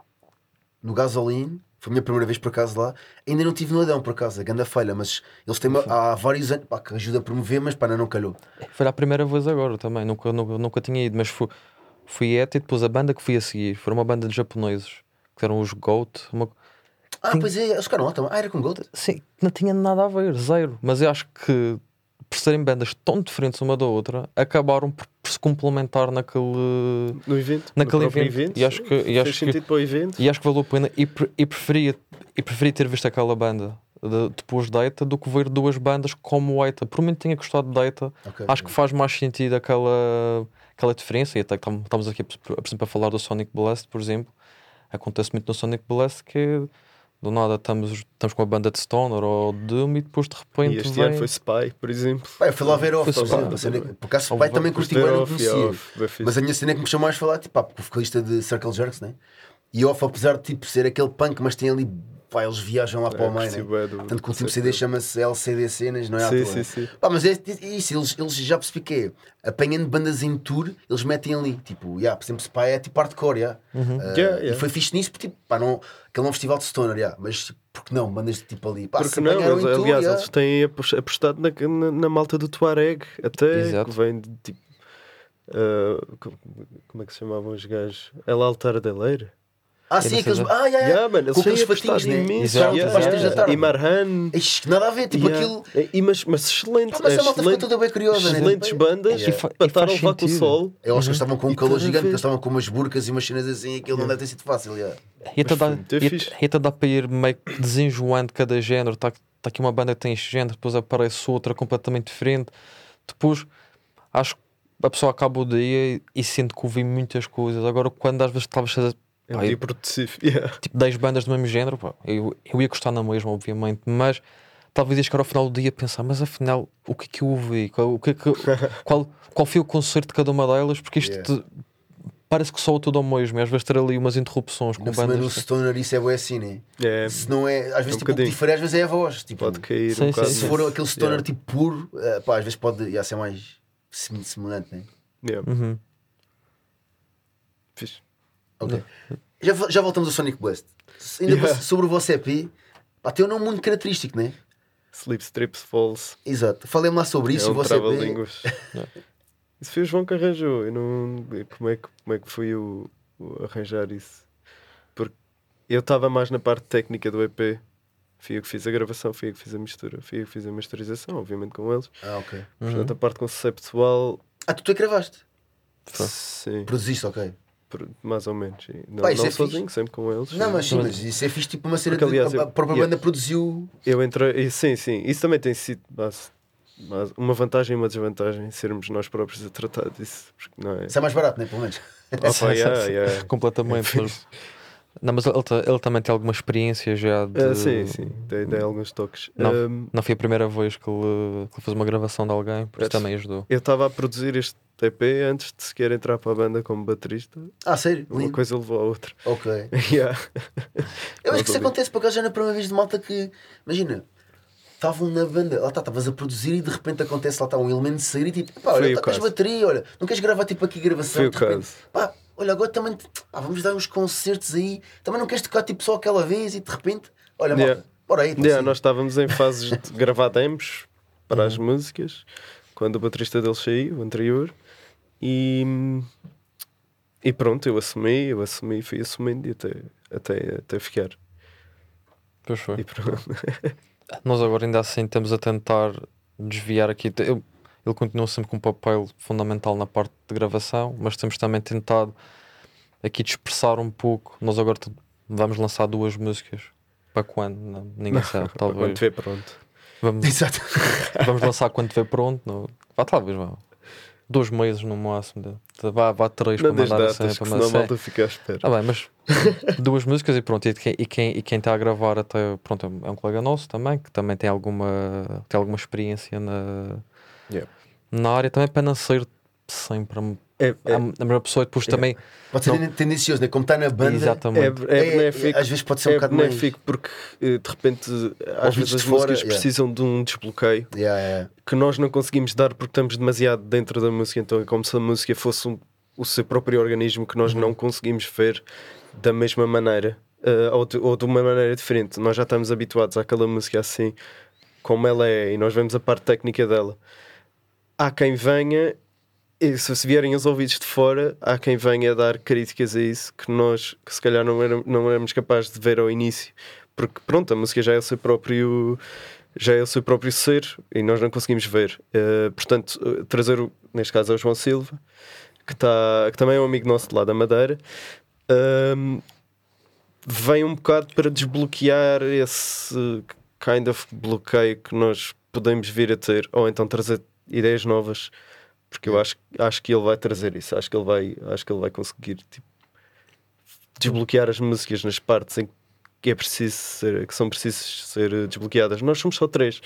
no Gasoline, foi a minha primeira vez por acaso lá, ainda não tive no Adão por acaso, a grande falha, mas eles têm uma- há vários anos, pá, que ajuda a promover, mas pá, ainda não calhou. Foi a primeira vez agora também, nunca, nunca, nunca tinha ido, mas fui, fui Eta e depois a banda que fui a seguir foi uma banda de japoneses, que eram os Goat. Uma... Ah, Sim. pois é, eles ficaram lá também. Ah, era com Gold? Sim, não tinha nada a ver, zero. Mas eu acho que por serem bandas tão diferentes uma da outra, acabaram por, por se complementar naquele, No evento. naquele no próprio evento. E acho que, e fez acho que, sentido para o evento. e acho que valeu a pena. E, pre- e, preferia, e preferia ter visto aquela banda de- depois da Eta do que ver duas bandas como o Eta. Por mim tinha gostado da Eta. Ok. Acho que faz mais sentido aquela, aquela diferença. E até que tam- estamos aqui, por por exemplo, a falar do Sonic Blast, por exemplo. Acontece muito no Sonic Blast que é, do nada estamos, estamos com uma banda de Stoner ou Doom e depois de repente E este vem... ano foi Spy, por exemplo. Pá, eu fui lá ver off, Foi por só- exemplo, a cena- por acaso Houve- pai também Foste curti ver bem, não off, conhecia. yeah, off, bem fixe. Mas a minha cena é que me chamou mais a falar, tipo, pá, porque o vocalista de Circle Jerks, né? E off, apesar de tipo, ser aquele punk, mas tem ali, pá, eles viajam lá para o meio, curti né? bué do- Tanto que o último do C D chama-se L C D Cenas, não é à Sim, toa, sim, né? sim. Pá, mas é, é isso, eles, eles já percebi que é, apanhando bandas em tour, eles metem ali, tipo, yeah, por exemplo, Spy é tipo hardcore, yeah. Uh, Yeah, yeah. E foi fixe nisso, porque, tipo, pá, não, aquele é um festival de stoner, yeah, mas tipo, porque não, bandas de tipo ali, pá, Porque se não, apanharam eles, em tour, aliás, yeah. eles têm apos- apostado na, na, na malta do Tuareg, até Exato. que vem de tipo. ah, co- como é que se chamavam os gajos? El Altar da Leira. Ah, Eu sim, não sei aqueles, já. ah, yeah, yeah. Yeah, mano, eles com têm aqueles apostado fatinhos, né? imenso. Exato, yeah, exato. yeah. da tarde. E Marhan. Ixi, nada a ver, tipo yeah. aquilo. E, mas, mas excelente. Pá, mas a malta ficou excelente- toda bem curiosa, né? excelentes bandas E fa- para e estar a faz levar com o sentido. sol. Eu acho que eles estavam com um E calor cada gigante, vez- eles estavam com umas burcas e umas cenas assim, aquilo não deve ter sido fácil, yeah. E até Mas dá, foi muito e- fixe. e até dá para ir meio que desenjoando cada género. Está tá aqui uma banda que tem este género, depois aparece outra completamente diferente. Depois acho que a pessoa acaba o dia e, e sente que ouvi muitas coisas. Agora, quando às vezes estavas a É um pá, dia eu- produtivo. Yeah. tipo dez bandas do mesmo género, pá, eu, eu ia gostar na mesma, obviamente, mas talvez ia chegar ao final do dia a pensar, mas afinal, o que é que eu ouvi? Qual, o que é que, qual, qual foi o concerto de cada uma delas? Porque isto Yeah. te- parece que soa tudo ao mesmo, e às vezes ter ali umas interrupções com Não se no bandas. stoner isso é bué assim, né? É, Se não é, às vezes um tipo, o que bocadinho. difere às vezes é a voz. Tipo, pode cair Sim, um bocado. sim, se sim. for aquele stoner Yeah. tipo puro, eh, pá, às vezes pode ia ser mais sim- semelhante, né? Yeah. Uhum. Fixe. Ok. Já, vo- já voltamos ao Sonic Blast. Ainda Yeah. vo- sobre o vosso E P, pá, tem um nome muito característico, né? Sleep Strips Falls. Exato. Falem-me lá sobre isso. É o um vosso E P. trava-línguas. Isso foi o João que arranjou. Eu não... como, é que, como é que foi o, o arranjar isso? Porque eu estava mais na parte técnica do E P. Fui eu que fiz a gravação, fui eu que fiz a mistura, fui eu que fiz a masterização, obviamente com eles. Ah, ok. Portanto, a parte conceptual, Ah, tu, tu é que gravaste? Foi. sim, Produziste, ok. por- mais ou menos. E Não, Pá, isso não é sozinho, fixe. sempre com eles. Não, mas sim, Mas- mas isso é fixe, tipo uma cena Porque, de. aliás, a, a eu- própria yeah. banda produziu. Eu entrei, e sim, sim, isso também tem sido mas, mas uma vantagem e uma desvantagem sermos nós próprios a tratar disso. Porque não é. Isso é mais barato, né? Pelo menos. Opa, yeah, yeah. Completamente. É mas- fixe. Não, mas ele, ta- ele também tem alguma experiência já de... Ah, sim, sim, dei, dei alguns toques. Não. Ahm, Não foi a primeira vez que ele, que ele fez uma gravação de alguém, por isso Esse- também ajudou. eu estava a produzir este E P antes de sequer entrar para a banda como baterista. Ah, sério? Uma Lindo. coisa levou à outra. Ok. Yeah. Eu acho que isso ali. acontece por acaso já na primeira vez de malta que. Imagina. Estavam na banda, lá está, estavas a produzir e de repente acontece lá está um elemento de sair e tipo, pá, Foi olha, o tocas caso. bateria, olha, não queres gravar tipo aqui gravação? Foi o de repente, caso. pá, olha, agora também, pá, vamos dar uns concertos aí, também não queres tocar tipo só aquela vez e de repente, olha, Yeah. malta, bora aí, então, Yeah, sim. nós estávamos em fases de gravar demos para as músicas quando o baterista dele saiu, o anterior, e, e pronto, eu assumi, eu assumi, fui assumindo e até, até, até ficar. Pois foi. E pronto. Nós agora ainda assim estamos a tentar desviar aqui. Eu- ele continua sempre com um papel fundamental na parte de gravação, mas temos também tentado aqui dispersar um pouco. Nós agora t- vamos lançar duas músicas. Para quando? Não, ninguém sabe. Quando Talvez. estiver pronto. Vamos, Exato. vamos lançar quando estiver pronto. No, vá, talvez vá. Dois meses no máximo. De, de, vá, vá três Não para das mandar a datas, cena. que Para senão a mandar a malta fica à espera. Ah bem, mas duas músicas e pronto, e quem e quem e quem está a gravar até pronto, é um colega nosso também, que também tem alguma tem alguma experiência na, Yeah. na área também, para não ser sempre a, É, é, a, a melhor pessoa. E depois Yeah. também Pode ser Não. tendencioso, né? Como está na banda, exatamente é, é é- benéfico. às vezes pode ser um É bocado mais. benéfico porque eh, de repente às Ouvidos vezes de as fora, músicas yeah. precisam de um desbloqueio Yeah, yeah. que nós não conseguimos dar porque estamos demasiado dentro da música, então é como se a música fosse um- o seu próprio organismo que nós não conseguimos ver da mesma maneira, eh, ou, de, ou de uma maneira diferente. Nós já estamos habituados àquela música assim como ela é e nós vemos a parte técnica dela. Há quem venha, e se se vierem os ouvidos de fora, há quem venha dar críticas a isso que nós que se calhar não éramos, não éramos capazes de ver ao início, porque pronto, a música já é o seu próprio já é o seu próprio ser e nós não conseguimos ver. Eh, portanto, eh, trazer o, neste caso é o João Silva, que, tá, que também é um amigo nosso de lá da Madeira, ahm, vem um bocado para desbloquear esse kind of bloqueio que nós podemos vir a ter, ou então trazer ideias novas, porque eu acho, acho que ele vai trazer isso, acho que ele vai, acho que ele vai conseguir tipo, desbloquear as músicas nas partes em que é preciso ser, que são precisas ser desbloqueadas. Nós somos só três.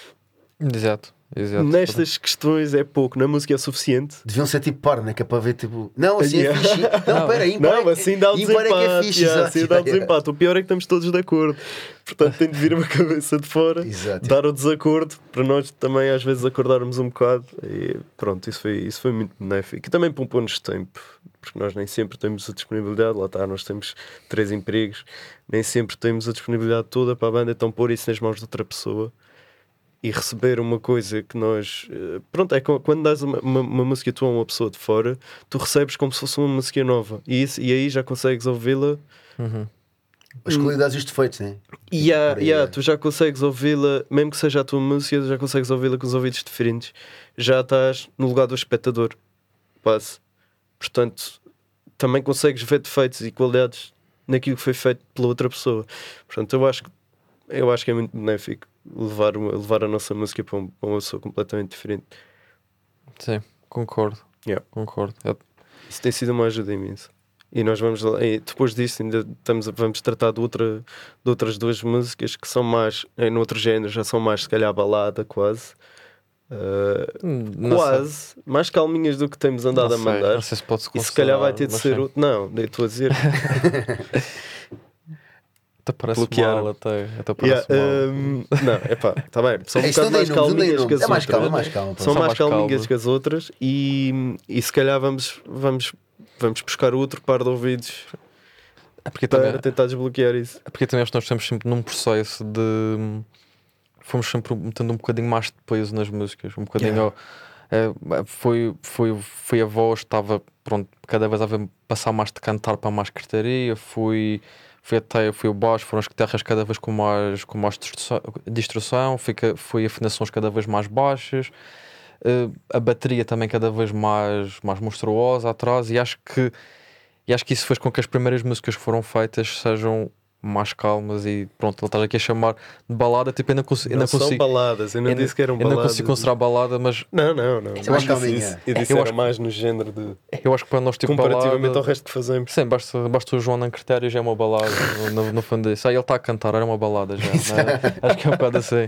exato, exato. Nestas questões é pouco, na música é suficiente. Deviam ser tipo par, né? Que é para ver tipo. Não, assim é Yeah. fixe. Não, Não, pera aí, ímpar Não, é- assim dá o ímpar é que desempate. é fixe, yeah, exato. assim dá o Yeah, yeah. desempate. O pior é que estamos todos de acordo. Portanto, tem de vir uma cabeça de fora, Exato. dar o desacordo, para nós também às vezes acordarmos um bocado. E pronto, isso foi, isso foi muito benéfico. E também poupou-nos tempo, porque nós nem sempre temos a disponibilidade. Lá está, nós temos três empregos, nem sempre temos a disponibilidade toda para a banda, então pôr isso nas mãos de outra pessoa e receber uma coisa que nós. eh, Pronto, é co- quando dás uma, uma, uma música tua a uma pessoa de fora, tu recebes como se fosse uma música nova, e, isso, e aí já consegues ouvi-la. Uhum. As qualidades e os defeitos, né? E há- Por aí, e há, é. tu já consegues ouvi-la, mesmo que seja a tua música, tu já consegues ouvi-la com os ouvidos diferentes. Já estás no lugar do espectador, quase. Portanto, também consegues ver defeitos e qualidades naquilo que foi feito pela outra pessoa. Portanto, eu acho que, eu acho que é muito benéfico levar, uma- levar a nossa música para, um- para uma pessoa completamente diferente. Sim, concordo. Yeah. Concordo. Eu- Isso tem sido uma ajuda imensa. E nós vamos lá, e depois disso ainda estamos a- vamos tratar de, outra, de outras duas músicas que são mais, em outro género, já são mais se calhar balada quase. Uh, Não quase, mais calminhas do que temos andado Não a sei, mandar. não sei se pode-se E se calhar vai ter de considerar, ser mas outro. Não, nem estou a dizer. até parece bloquearam. mal, até, até Yeah, parece mal. um, não, é pá, está bem. São um É, isto bocado não mais tem nomes, não tem calminhas que nomes. as É mais outras. calma, é mais calma. São São mais mais calminhas calmas. que as outras e, e se calhar vamos, vamos, vamos buscar outro par de ouvidos É porque para também, tentar desbloquear isso. é porque também acho que nós estamos sempre num processo de. Fomos sempre metendo um bocadinho mais de peso nas músicas. Um bocadinho. Yeah. é, foi, foi, foi a voz, estava. Pronto, cada vez a ver passar mais de cantar para mais gritaria. Fui. Foi até foi o baixo, foram as guitarras cada vez com mais, com mais distorção, distorção foi, ca- foi afinações cada vez mais baixas, eh, a bateria também cada vez mais, mais monstruosa atrás, e acho que e acho que isso fez com que as primeiras músicas que foram feitas sejam mais calmas e pronto, ele estás aqui a chamar de balada, tipo, ainda, cons- ainda Não são consigo baladas, eu não ainda, disse que eram ainda baladas. consigo considerar balada, mas Não, não, não. Isso é mais Eu disse calminha. isso. Eu disse Eu era acho que- mais no género de. eu acho que para nós tipo Comparativamente balada, ao resto que fazemos. sim, basta, basta o João não critério já é uma balada no, no fundo disso. Ah, ele está a cantar, era uma balada já, né? Acho que é um bocado assim.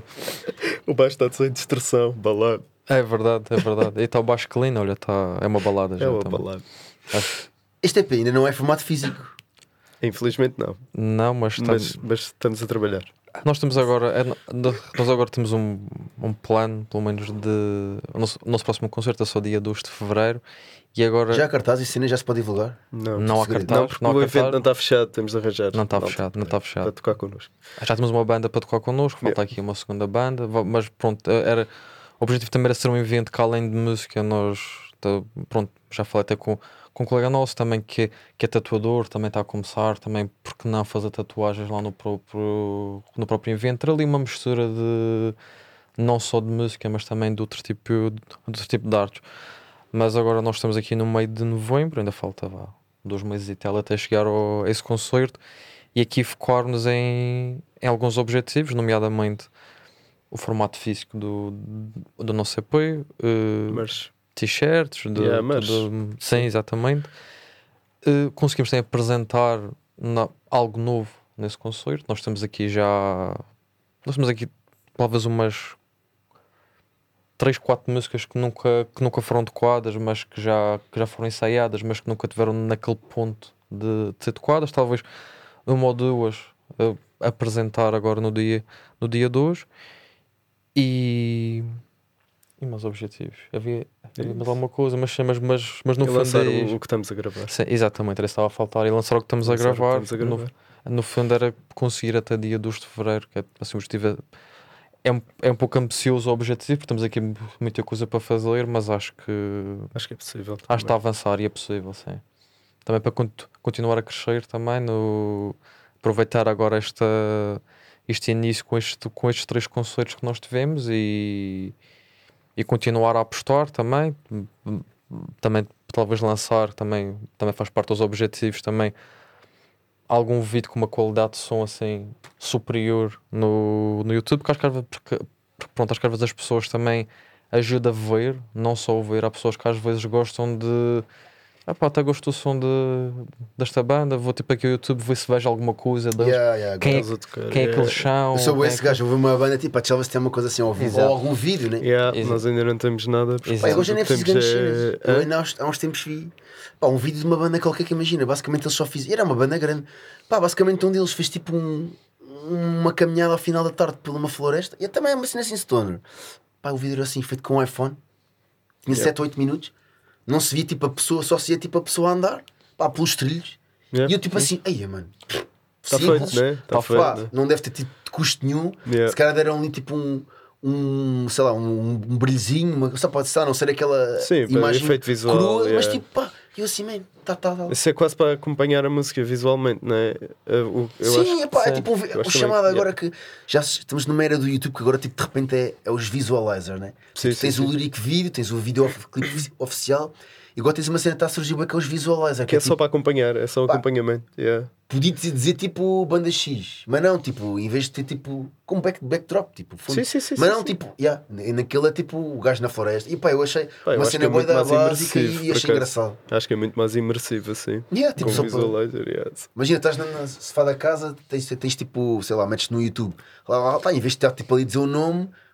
O baixo está sem distração, balada. É verdade, é verdade. E está o baixo clean, olha, tá, é uma balada já É uma também. balada. Este E P ainda não é formato físico. Infelizmente não, Não, mas, tam- mas, mas estamos a trabalhar. nós temos agora, é, nós agora temos um, um plano, pelo menos de. O nosso, o nosso próximo concerto é só dia dois de fevereiro e agora Já há cartaz e cena já se pode divulgar. Não, não há segredo. cartaz, não porque não há o evento cartaz. não está fechado, temos de arranjar. Não está malta fechado, não está Para fechado. tocar connosco. Já temos uma banda para tocar connosco, falta aqui uma segunda banda, va- mas pronto, era, o objetivo também era ser um evento que além de música, nós, tá- pronto, já falei até com, com um colega nosso também que, que é tatuador, também está a começar, também porque não fazer tatuagens lá no próprio, no próprio evento, ter ali uma mistura de, não só de música, mas também de outro tipo de, de outro tipo de artes. Mas agora nós estamos aqui no meio de novembro, ainda falta vá, dois meses e tal até chegar ao, a esse concerto e aqui focar-nos em, em alguns objetivos, nomeadamente o formato físico do, do nosso E P, eh, Mas t-shirts, de, Yeah, mas- tudo- sim, exatamente. Eh, conseguimos também apresentar na- algo novo nesse concerto. Nós temos aqui já, nós temos aqui talvez umas três, quatro músicas que nunca, que nunca foram tocadas, mas que já, que já foram ensaiadas, mas que nunca tiveram naquele ponto de, de ser tocadas. Talvez uma ou duas eh, apresentar agora no dia, no dia de hoje. E, e mais objetivos. Havia, havia mais alguma coisa, mas, mas, mas, mas no e fundo lançar é o, isto. o que estamos a gravar. Sim, exatamente, era isso que estava a faltar. E lançar o que estamos, a Lançar o que gravar, estamos a gravar. No, no fundo era conseguir até dia dois de fevereiro, que é, assim, o objetivo é, é, um, é um pouco ambicioso o objetivo, porque temos aqui muita coisa para fazer, mas acho que Acho que é possível. acho que está a avançar e é possível, sim. Também para cont- continuar a crescer também, no, aproveitar agora esta, este início com, este, com estes três concertos que nós tivemos e, e continuar a apostar também, também talvez lançar, também, também faz parte dos objetivos também, algum vídeo com uma qualidade de som assim superior no, no YouTube, porque acho que, às vezes- porque, porque, pronto, acho que às vezes as pessoas também ajuda a ver, não só ouvir. Há pessoas que às vezes gostam de ah pá, até gosto do som de, desta banda, vou tipo aqui ao YouTube ver se vejo alguma coisa deles. Yeah, yeah, Quem é, Estás a tocar, quem é que yeah. eles são? Eu sou quem é esse que- gajo, eu vou ver uma banda tipo, deixa eu ver se tem uma coisa assim ao vivo Exato. ou algum vídeo, né? Yeah, Exato. nós ainda não temos nada. porque Exato. Pá, eu hoje o nem é que preciso temos grandes cenas. Eu é- ainda há uns, há uns tempos vi pá, um vídeo de uma banda qualquer que imagina. Basicamente eles só fizeram. Era uma banda grande. Pá, basicamente um deles fez tipo um, uma caminhada ao final da tarde por uma floresta. E também é uma cena assim stoner. Pá, o vídeo era assim feito com um iPhone. Tinha Yeah. sete ou oito minutos. Não se via tipo a pessoa, só se via tipo a pessoa a andar. Pá, pelos trilhos. Yeah. E eu tipo assim, aí mano. Está simples. feito, né? Está Tá feito. Pá, né? não deve ter tido custo nenhum. Yeah. Se calhar deram ali tipo um, um sei lá, um, um brilhozinho, uma, só pode estar, não ser aquela Sim, para imagem efeito visual, crua, mas yeah. tipo, pá, eu assim, man, tá, tá, tá. Isso é quase para acompanhar a música visualmente, não é? Eu, eu Sim, acho que- epá, é sim. tipo um, Eu o acho chamado também, agora que já se- estamos numa era do YouTube que agora tipo, de repente é, é os visualizers, né? Sim, Tipo, sim, tens sim. o lyric vídeo, tens o vídeo of- clipe oficial e agora tens uma cena que está a surgir bem que é os visualizers. que é tipo, só para acompanhar, é só um Pá. acompanhamento. Yeah. podia dizer tipo banda X, mas não, tipo, em vez de ter tipo com back, backdrop, tipo, fundo. Sim, sim, sim. mas sim, não, sim. tipo, yeah, naquele é tipo o gajo na floresta. E pá, eu achei Pá, eu uma acho cena que é boa muito da mais básica imersivo, e por achei acaso. engraçado. Acho que é muito mais imersivo assim. Yeah, tipo, com só o para- visualizer. Yeah. Imagina, estás na, na sofá da casa, tens, tens tipo, sei lá, metes no YouTube, lá, lá, tá, em vez de estar tipo ali a dizer o nome,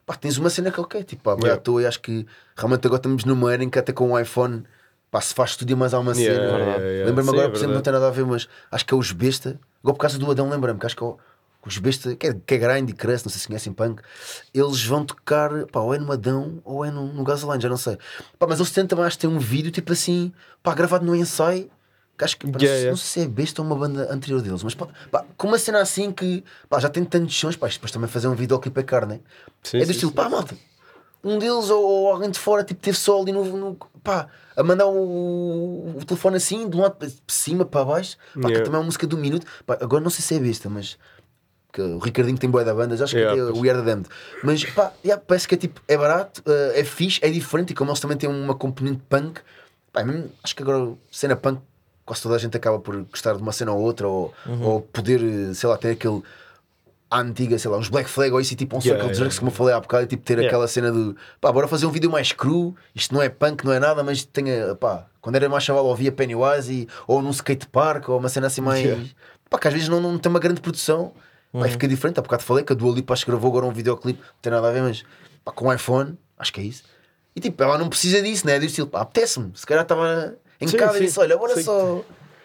pá, tens uma cena que ok, tipo, pá, Yeah. à toa, e acho que realmente agora estamos numa era em que até com o iPhone, pá, se faz tudo e mais alguma Yeah, cena. yeah, yeah, yeah. Lembra-me Sim, agora, é por exemplo, não verdade. tem nada a ver, mas acho que é os besta, igual por causa do Adão, lembra-me que acho que é o- os besta, que é, que é grind e cresce, não sei se conhecem punk, eles vão tocar, pá, ou é no Adão ou é no, no Gasoline, já não sei. Pá, mas eles tentam mais ter um vídeo tipo assim, pá, gravado no ensaio. Que acho que pá, não, Yeah, sei, yeah. não sei se é besta ou uma banda anterior deles, mas pá, pá, com uma cena assim que pá, já tem tantos sons, pá, isto depois também fazer um videoclipe é caro, né? Sim, É do sim, estilo, sim. pá, malta, um deles ou, ou alguém de fora tipo, teve só ali no, no pá, a mandar o, o telefone assim, de um lado para cima para baixo, pá, que Yeah. também é uma música de um minuto. Pá, agora não sei se é besta, mas que o Ricardinho tem boia da banda, já acho que Yeah, é pois. o We Are The Damned. Mas pá, yeah, parece que é tipo, é barato, eh, é fixe, é diferente, e como eles também têm uma componente punk, pá, mesmo, acho que agora cena punk, quase toda a gente acaba por gostar de uma cena ou outra, ou, ou poder, eh, sei lá, ter aquele à antiga, sei lá, uns Black Flag ou isso, e tipo um Yeah, Circle yeah, Jerks, como eu falei há bocado, e tipo ter Yeah. aquela cena de pá, bora fazer um vídeo mais cru, isto não é punk, não é nada, mas tenha, pá, quando era mais chaval ouvia Pennywise e, ou num skatepark, ou uma cena assim mais, Yeah. pá, que às vezes não, não tem uma grande produção, pá, e fica diferente. Há bocado falei que a Dua Lipa acho que gravou agora um videoclipe, não tem nada a ver, mas pá, com iPhone, acho que é isso. E tipo, ela não precisa disso, né? Do estilo, pá, apetece-me, se calhar estava em Sim, casa e sim. disse, olha, bora Sim. só.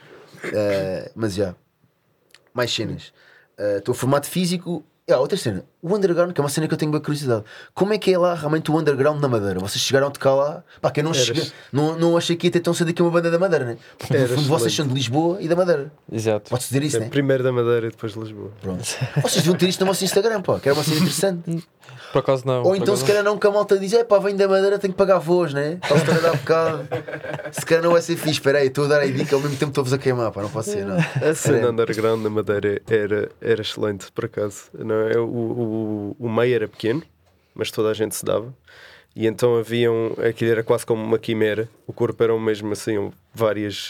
Eh, mas já, mais cenas. Eh, Estou formato físico. Ah, outra cena, o underground, que é uma cena que eu tenho boa curiosidade. Como é que é lá realmente o underground na Madeira? Vocês chegaram a tocar lá? Pá, que eu não, Eras. cheguei, não, não achei que ia ter tão cedo aqui uma banda da Madeira, né? Porque no Era fundo vocês excelente. são de Lisboa e da Madeira. Exato. Podes dizer isso, É né? primeiro da Madeira e depois de Lisboa. Pronto. Vocês deviam ter isto no vosso Instagram, pá, que era uma cena interessante. Por acaso não. Ou por então acaso se calhar não que a malta diz, é pá, vem da Madeira, tenho que pagar voos, né? Estás a dar um bocado. Se calhar não vai ser fixe, espera aí, estou a dar a dica ao mesmo tempo estou-vos a queimar, pá, não pode ser, não. A cena Era- underground na Madeira era, era excelente, por acaso. Não é? o, o, o meio era pequeno, mas toda a gente se dava. E então haviam. Aquilo era quase como uma quimera. O corpo era o mesmo, assim, várias,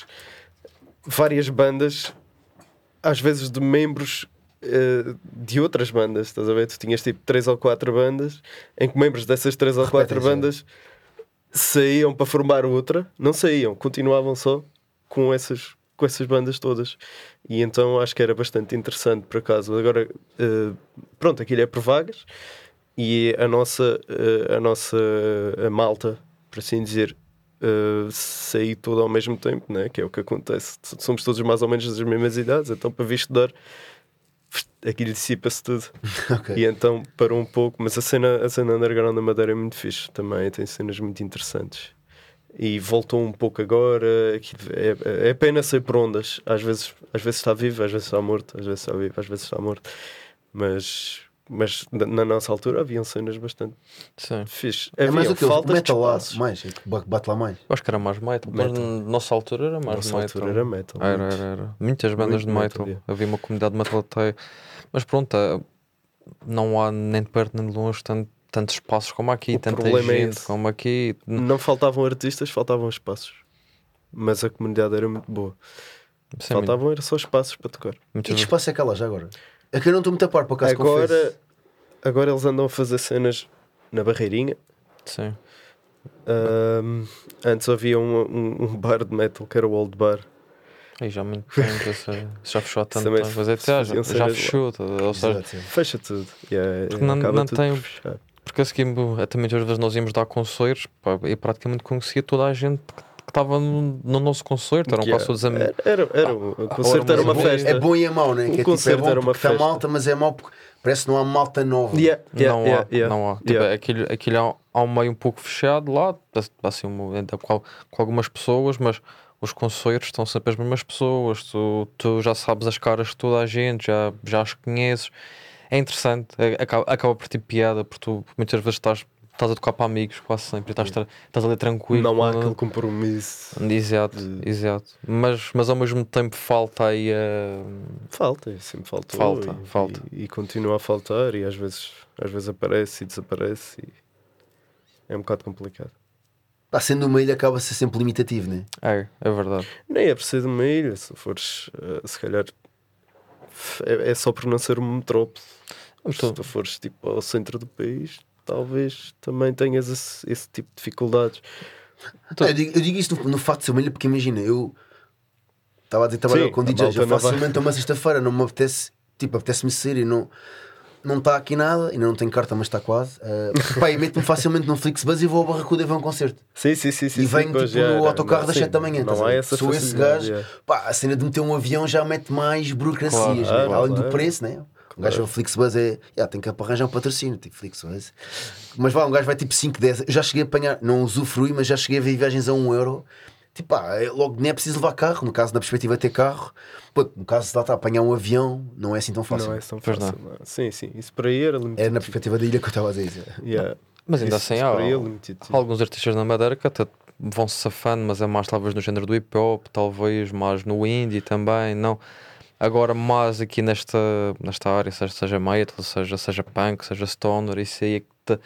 várias bandas, às vezes de membros eh, de outras bandas. Estás a ver? Tu tinhas tipo três ou quatro bandas, em que membros dessas três ou quatro Repetem-se, bandas saíam para formar outra, não saíam, continuavam só com essas, com essas bandas todas. E então acho que era bastante interessante, por acaso. Agora, eh, pronto, aquilo é por vagas e a nossa, eh, a nossa a malta, por assim dizer, eh, sair toda ao mesmo tempo, né? Que é o que acontece. Somos todos mais ou menos das mesmas idades, então para vir estudar, aquilo dissipa-se tudo. Ok. E então parou um pouco, mas a cena, a cena underground da Madeira é muito fixe também, tem cenas muito interessantes. E voltou um pouco agora, aquilo é, é pena ser por ondas, às vezes, às vezes está vivo, às vezes está morto, às vezes está vivo, às vezes está morto. Mas, mas na na nossa altura haviam cenas bastante Sim. fixe. É mais Havia o que eles faltas de metam lá, espaços. mais, é que bate lá mais. Eu acho que era mais metal, mas Metal. na nossa altura era mais Nossa metal. altura era metal, Era, muito. era, era. Muitas bandas Muito de metal. metal, yeah. Havia uma comunidade de metal até. Mas pronto, eh, não há nem de perto nem de longe tanto, tantos espaços como aqui, O tanta problema é gente esse. como aqui. Não faltavam artistas, faltavam espaços. Mas a comunidade era muito boa. Sim, Faltavam era só espaços para tocar. E muitas que vezes. espaço é que há lá já agora? É que eu não estou muito a par, por acaso, Agora, confesso. agora eles andam a fazer cenas na Barreirinha. Sim. Ahm, antes havia um, um, um bar de metal que era o Old Bar. Aí já há muito tempo, isso é- isso já fechou há tanto Também tempo. Mas é, se já, faziam já cenas lá. fechou, tá? Ou seja, Exato, sim. Fecha tudo. Yeah, Porque não- acaba não tudo tem- por fechar. porque a seguir, até muitas vezes nós íamos dar concertos, pá, e praticamente conhecia toda a gente que estava no, no nosso concerto, eram Yeah. quase todos amigos. Era, era, era, um- o concerto era uma uma- festa. É bom e é mau, né? O Que é, tipo, é concerto bom era uma porque está festa. malta, mas é mau porque parece que não há malta nova. Yeah, yeah, não yeah, há, yeah, não há. Tipo, yeah. aquilo, aquilo há, há um meio um pouco fechado lá, assim, um, ainda com, al- com algumas pessoas, mas os concertos estão sempre as mesmas pessoas, tu, tu já sabes as caras de toda a gente, já, já as conheces. É interessante, é- acaba, acaba por ter piada, porque tu muitas vezes estás, estás a tocar para amigos, quase sempre, e estás, tra- estás ali tranquilo. Não há com- aquele compromisso. Exato, de- exato. Mas, mas ao mesmo tempo falta aí a. Falta, sempre faltou. Falta, e, falta. E, e continua a faltar. E às vezes, às vezes aparece e desaparece. E é um bocado complicado. Pá, sendo uma ilha acaba a ser sempre limitativo, né? É, é verdade. Nem é preciso uma ilha. Se fores, eh, se calhar, é, é só por não ser uma metrópole. Mas Se tu- tu fores tipo, ao centro do país, talvez também tenhas esse, esse tipo de dificuldades. Então- Ah, eu, digo, eu digo isto no, no facto de ser uma ilha porque imagina, eu estava a dizer trabalhar Sim, com a D Js, eu malta não vai- facilmente a uma sexta-feira não me apetece, tipo, apetece-me sair e não. não está aqui nada, ainda não tenho carta, mas está quase. Uh, pá, e meto-me facilmente no Flixbus e vou ao Barracuda e ver um concerto. Sim, sim, sim, sim. E venho sim, tipo já, no não, autocarro não, das sim, sete da manhã. Não há essa Sou esse facilidade, gajo. já. Pá, a cena de meter um avião já mete mais burocracias, Claro, né? Além claro. do preço, né? Um gajo ao Flixbus é. Yeah, tem que arranjar um patrocínio, tipo Flixbus. Mas vá, um gajo vai tipo cinco, dez. Eu já cheguei a apanhar, não usufrui, mas já cheguei a ver viagens a um euro. Tipo, pá, é- logo nem é preciso levar carro. No caso, na perspectiva, de ter carro. Pô, no caso, se lá está a apanhar um avião, não é assim tão fácil. Não é tão Pois fácil. Não. Sim, sim. Isso por aí era limitado. É na perspectiva da ilha que eu estava a dizer isso. Yeah. Mas ainda Isso- assim isso há, por aí é limitado. há alguns artistas na Madeira que até vão se safando, mas é mais talvez no género do hip hop, talvez mais no indie também, não. Agora mais aqui nesta, nesta área, seja, seja metal, seja, seja punk, seja stoner, isso aí é, que te-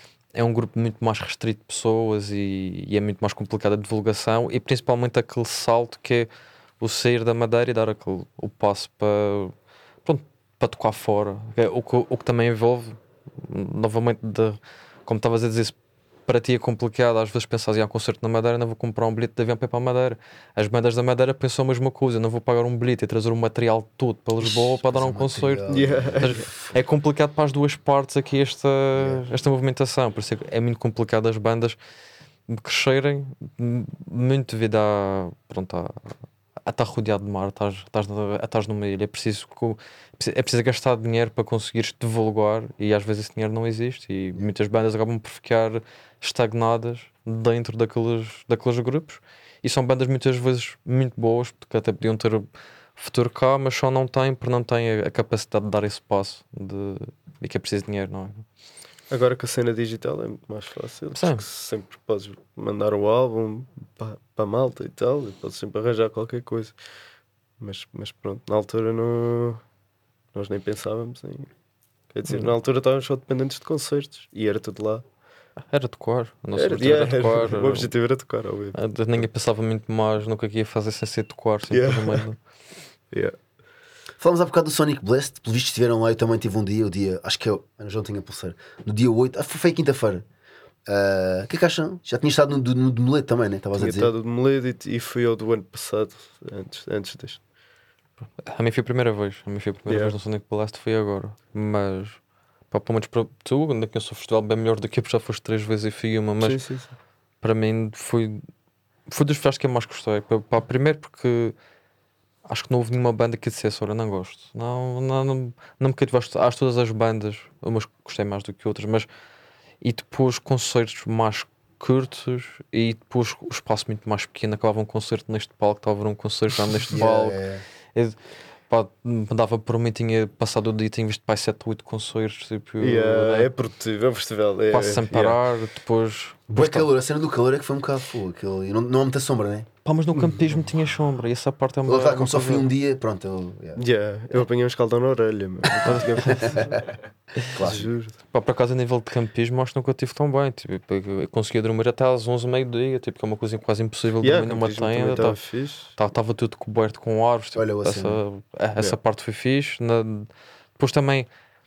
é um grupo muito mais restrito de pessoas e, e é muito mais complicado a divulgação e principalmente aquele salto que é o sair da Madeira e dar aquele, o passo para, pronto, para tocar fora. É o, que, o que também envolve, novamente, de, como estavas a dizer, para ti é complicado, às vezes pensas, ah, um concerto na Madeira, não vou comprar um bilhete de avião para ir para a Madeira. As bandas da Madeira pensam a mesma coisa, não vou pagar um bilhete e trazer o material todo para Lisboa para dar um concerto. Yeah. É complicado para as duas partes aqui esta, Yeah. esta movimentação, por isso é que é muito complicado as bandas crescerem m- muito devido a, pronto, a, a estar rodeado de mar, estás, estás, na- estás numa ilha, é preciso, co- é preciso gastar dinheiro para conseguires divulgar e às vezes esse dinheiro não existe e muitas bandas acabam por ficar estagnadas dentro daqueles, daqueles grupos e são bandas muitas vezes muito boas, porque até podiam ter futuro cá, mas só não têm porque não têm a, a capacidade de dar esse passo de, e que é preciso dinheiro, não é? Agora que a cena digital é muito mais fácil, Sim. porque sempre podes mandar o álbum para a malta e tal, e podes sempre arranjar qualquer coisa. Mas, mas pronto, na altura não, nós nem pensávamos em. Quer dizer, Hum. na altura estávamos só dependentes de concertos e era tudo lá. Era tocar, o nosso Era, objetivo yeah, era era- tocar. o objetivo era tocar, óbvio. era- Ninguém pensava muito mais no que aqui ia fazer sem ser tocar, sempre Yeah. no meio. Yeah. Falamos há bocado do Sonic Blast, pelo visto estiveram lá, eu também tive um dia, o dia, acho que eu, eu já não tenho a pulseira, no dia oito, ah, foi, foi quinta-feira. Ah, O que é que acham? Já tinha estado no, no, no Molete também, né? Estavas a Tinha dizer. estado de Moledo e, e fui ao do ano passado, antes, antes deste. A mim foi a primeira vez, a mim foi a primeira Yeah. vez no Sonic Blast, foi agora. Mas, pá, pelo menos para tu, ainda conheço o festival bem melhor do que eu, porque já foste três vezes e fui uma, mas Sim, sim, sim. para mim foi, foi dos festivais que eu mais gostei. Pá, pá, primeiro porque acho que não houve nenhuma banda que dissesse, olha, não gosto. Não, não, não, não me cativaste. Acho todas as bandas, umas que gostei mais do que outras, mas e depois concertos mais curtos e depois o espaço muito mais pequeno, acabava um concerto neste palco, estava a ver um concerto já neste Yeah, palco. yeah. Eu, pá, dava por mim, tinha passado o dia, tinha visto para sete, oito concertos, tipo, Yeah, né? é produtivo, é um festival. É, Passo sem yeah. parar, depois. Boa depois tá- calor, a cena do calor é que foi um bocado fogo, aquilo, e não, não há muita sombra, né? Pá, mas no campismo tinha sombra e essa parte é uma. Lá está, uma como só coisa- fui um dia, pronto, eu, yeah. Yeah, eu apanhei um escaldão na orelha, meu. Clássico. Juro. Pá, por acaso, a nível de campismo, acho que nunca tive tão bem. Tipo, eu conseguia dormir até às onze, meio-dia, tipo, que é uma coisa quase impossível Yeah, dormir numa campismo também tenda. estava Estava fixe. tava tudo coberto com árvores. Tipo, Olha, o essa assim. é, essa Yeah. parte foi fixe. Na- Depois também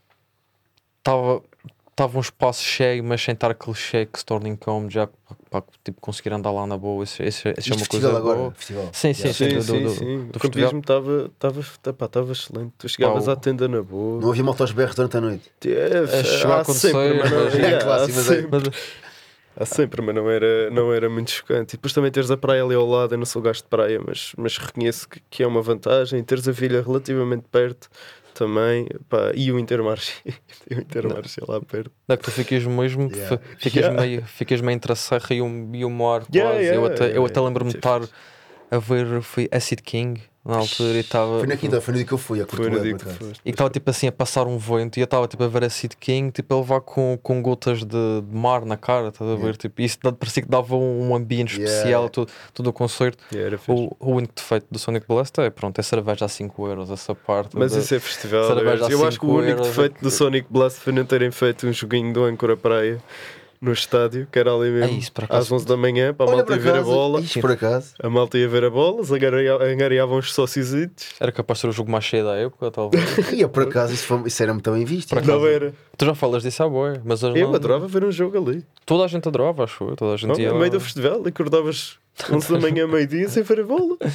estava estava um espaço cheio, mas sem estar aquele cheio que se torna incómodo, já para tipo, conseguir andar lá na boa. Isso, isso, isso é Isto uma festival coisa agora, boa. festival. Sim, sim, Yeah. sim. Sim, do- sim, do- sim. do O festival. campismo estava estava estava excelente. Tu chegavas Pá, o- à tenda na boa. Não havia malta aos berros durante a noite. É, chegou a há acontecer, sempre, mas não, mas- yeah, É clássico, há mas é- sempre. Mas- Há sempre, mas não era, não era muito chocante. E depois também teres a praia ali ao lado, eu não sou gajo de praia, mas, mas reconheço que, que é uma vantagem. Teres a vilha relativamente perto também, pá, e o Intermarché, e o Intermarché lá perto. Não é que tu ficas mesmo, Yeah. fi- ficas, Yeah. meio, ficas meio entre a serra e o, e o mar quase. Yeah, yeah, eu até, eu yeah, até lembro-me de yeah. estar a ver, fui Acid King na altura e estava. Foi na quinta, foi no dia que eu fui, a Foi no Portugal, dia por que tu acaso. foste. E estava tipo assim a passar um vento e eu estava tipo a ver a Acid King tipo, a levar com, com gotas de, de mar na cara, estás a ver? Yeah. Tipo, isso dá- parecia que dava um, um ambiente Yeah. especial todo, todo o concerto. Yeah, era fixe. O, o único defeito do Sonic Blast é pronto, é cerveja a cinco euros, essa parte. Mas de- isso é festival. cerveja Eu, a eu acho que o cinco único euros, defeito é do que- Sonic Blast foi não terem feito um joguinho do Âncora Praia no estádio, que era ali mesmo É isso, por acaso. às onze da manhã, para a Olha, malta por ir ver a acaso, bola. isto por acaso. A malta ia ver a bola, angariavam, angariavam os sóciositos. Era capaz de ser o jogo mais cheio da época, talvez. E eu, por acaso, isso, foi, isso era muito bem visto. Por acaso. Não era. Tu já falas disso à boia, mas eu, Eu não- adorava ver um jogo ali. Toda a gente adorava, acho eu. Toda a gente Não, ia no lá. meio do festival, acordavas onze da manhã, meio-dia, sem ver a bola.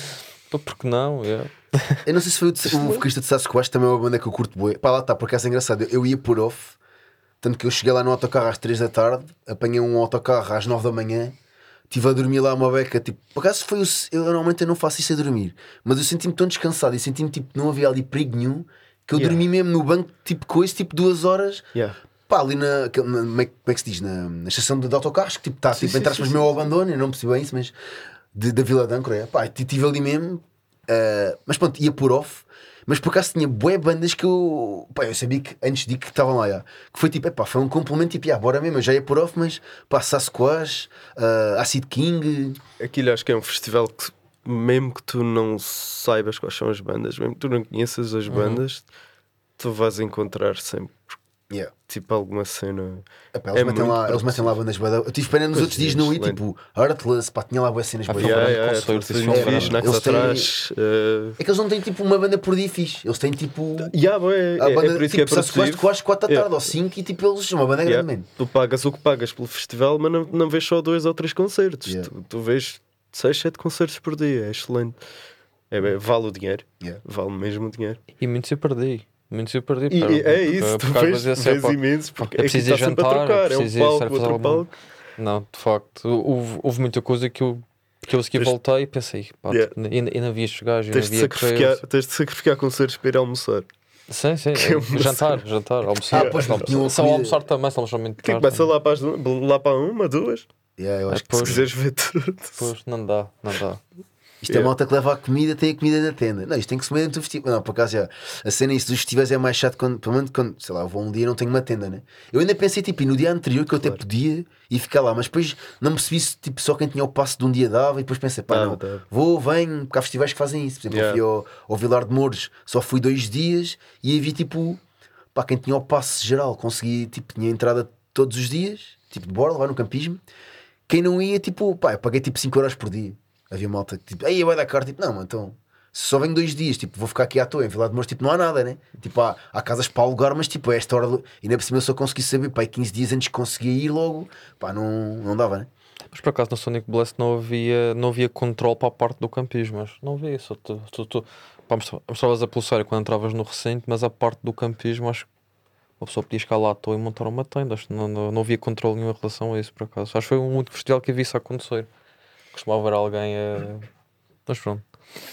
Pá, porque não? Yeah. Eu não sei se foi o, de- o vocalista de Sasquatch, também é uma banda que eu curto bué. Pá, lá está, por acaso é engraçado. Eu ia por off, tanto que eu cheguei lá no autocarro às três da tarde, apanhei um autocarro às nove da manhã, estive a dormir lá uma beca. Tipo, por acaso foi o. Eu normalmente eu não faço isso a dormir, mas eu senti-me tão descansado e senti-me tipo, não havia ali perigo nenhum, que eu Yeah. dormi mesmo no banco, tipo, coisa, tipo, duas horas. Yeah. Pá, ali na, aquele- na- como é que como é que se diz? Na, na estação de, de autocarros, que tipo, está Sim, tipo, sim, entre aspas, sim, meio sim. ao abandono, eu não percebi bem isso, mas de- da Vila de Âncora, é. Pá, estive ali mesmo, ah, mas pronto, ia por off, mas por acaso tinha bué bandas que eu, pá, eu sabia que antes de que estavam lá, já, que foi tipo, é pá, foi um complemento, tipo, já, bora mesmo, eu já ia por off, mas pá, Sasquatch, uh, Acid King, Aquilo acho que é um festival que, mesmo que tu não saibas quais são as bandas, mesmo que tu não conheças as bandas, tu vais encontrar sempre yeah. tipo alguma cena. Epá, eles, É metem muito lá, eles metem lá bandas bué da- eu tive pena nos Pois outros dias é, não ir, excelente. tipo, Heartless, pá, tinha lá boas cenas Ah, bué foi um da- grande Yeah, yeah, concerto, tu isso tens foi um fixe, grande- Nax Eles têm- atrás. eh, É que eles não têm tipo uma banda por dia fixe, eles têm tipo. yeah, boy, é, A é banda, por isso tipo, que é Sasquatch produtivo. quase quatro da Yeah. tarde ou cinco e tipo eles são uma banda Yeah. grande, man. Tu pagas o que pagas pelo festival, mas não, não vês só dois ou três concertos. Yeah. Tu, tu vês seis, sete concertos por dia, é excelente. É, bem, vale o dinheiro, Yeah. vale mesmo o dinheiro. E muitos eu perdi. Muitos eu perdi. E, pá, e é porque- isso, tu porque às vês, vezes é vês pá, imenso, porque é é que preciso ir está sempre a jantar, trocar, é um preciso ir palco, fazer outro alguma- palco. Não, de facto, houve, houve muita coisa que eu, que eu a seguir Tens- voltei e pensei, pá, Yeah. tipo, ainda, ainda vi estes gajos, ainda Tens de, vi sacrificar, aqueles. tens de sacrificar concertos para ir almoçar. Sim, sim, Que é uma jantar, cena. jantar, almoçar. Ah, pois, almoçar. tinha uma Só comida- almoçar também, só almoçar muito Que tarde. começa lá para, as, lá para uma, duas, Yeah, eu acho É, que se Pois. quiseres ver tudo. Depois não dá, não dá. isto é Yeah. malta que leva a comida, tem a comida da tenda. Não, isto tem que se comer dentro do festival. Não, por acaso já. A cena é isso dos festivais é mais chato quando, pelo menos quando, sei lá, eu vou um dia e não tenho uma tenda, né? Eu ainda pensei, tipo, e no dia anterior que eu até Claro. podia ir ficar lá, mas depois não percebi se tipo, só quem tinha o passe de um dia dava e depois pensei, pá, Dava, não, dava. vou, venho, porque há festivais que fazem isso. Por exemplo, Yeah. eu fui ao, ao Vilar de Mouros, só fui dois dias e havia tipo, pá, quem tinha o passe geral consegui, tipo, tinha entrada todos os dias, tipo, de borda, lá no campismo. Quem não ia, tipo, pá, eu paguei tipo cinco euros por dia. Havia malta que tipo, aí vai dar carta, tipo, não, mas então, se só venho dois dias, tipo, vou ficar aqui à toa em Vila de Mouros, tipo, não há nada, né? Tipo, há, há casas para alugar, mas tipo, a esta hora, do- ainda por cima eu só consegui saber, pá, quinze dias antes conseguia ir logo, pá, não, não dava, né? Mas por acaso na Sonic Blast não havia, não havia controle para a parte do campismo, mas não havia isso. Tu, tu, tu, pá, mostra- mostravas a pulseira quando entravas no recinto, mas a parte do campismo acho que uma pessoa podia chegar lá à toa e montar uma tenda. Acho que não, não, não havia controle nenhum em relação a isso, por acaso. Acho que foi o único festival que eu vi isso acontecer. Costumava haver alguém a. Mas pronto.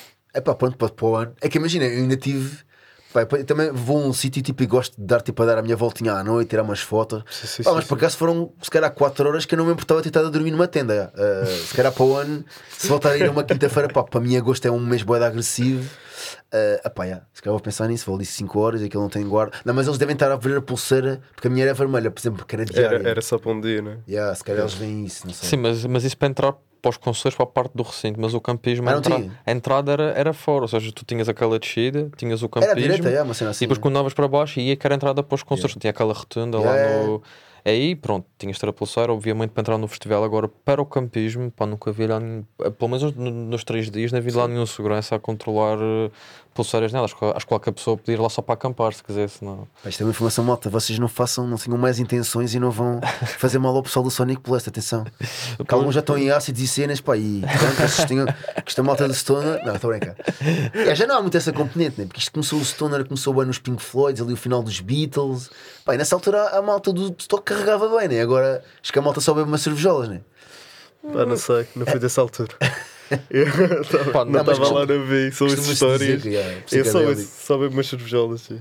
É pá, pronto, para, para o ano. É que imagina, eu ainda tive, pá, eu também vou a um sítio tipo, e gosto de dar, tipo, a dar a minha voltinha à noite, tirar umas fotos. Sim, sim, Pá, sim, mas por sim. acaso foram, se calhar, quatro horas que eu não me importava de ter estado a dormir numa tenda. Uh, se calhar para o ano, se voltar a ir a uma quinta-feira, pá, para mim agosto é um mês bué de agressivo. Uh, epá, yeah, se calhar vou pensar nisso, vou ali cinco horas e aquilo não tem guarda. Não, mas eles devem estar a ver a pulseira, porque a minha era vermelha, por exemplo, porque era diária. Era, era só para um dia, né? Yeah, se calhar eles veem isso, não sei. Sim, mas, mas isso para entrar para os conselhos, para a parte do recinto, mas o campismo, Ah, a, não entra- tinha? a entrada era, era fora, ou seja, tu tinhas aquela descida, tinhas o Era campismo, à direita, yeah, uma cena e assim. depois quando andavas para baixo ia que era a entrada para os concertos, tinha aquela rotunda Yeah, lá yeah, no. Aí pronto, tinhas de ter a pulseira, obviamente, para entrar no festival. Agora para o campismo, pá, nunca vi lá, nenhum- pelo menos no- nos três dias, não vi lá nenhum segurança a controlar eh, pulseiras nelas. Acho que acho que qualquer pessoa podia ir lá só para acampar, se quisesse, não. Pá, isto é uma informação malta, vocês não façam, não tenham mais intenções e não vão fazer mal ao pessoal do Sonic Blast, atenção. Que alguns já estão em ácidos e cenas, pá, e portanto, vocês tenham, que esta malta do Stoner, não, estou a brincar. É, já não há muito essa componente, né? Porque isto começou o Stoner, começou bem nos Pink Floyds, ali o final dos Beatles, pá, e nessa altura a, a malta do stock carregava bem, né? Agora acho que a malta só bebe umas cervejolas, né? Pá, não sei, não fui dessa altura. Eu tava- Pá, não não, mas estava lá costuma- na V, são as Costuma-se histórias. dizer que, yeah, Eu só, psicadélico. só bebo umas cervejolas. Sim,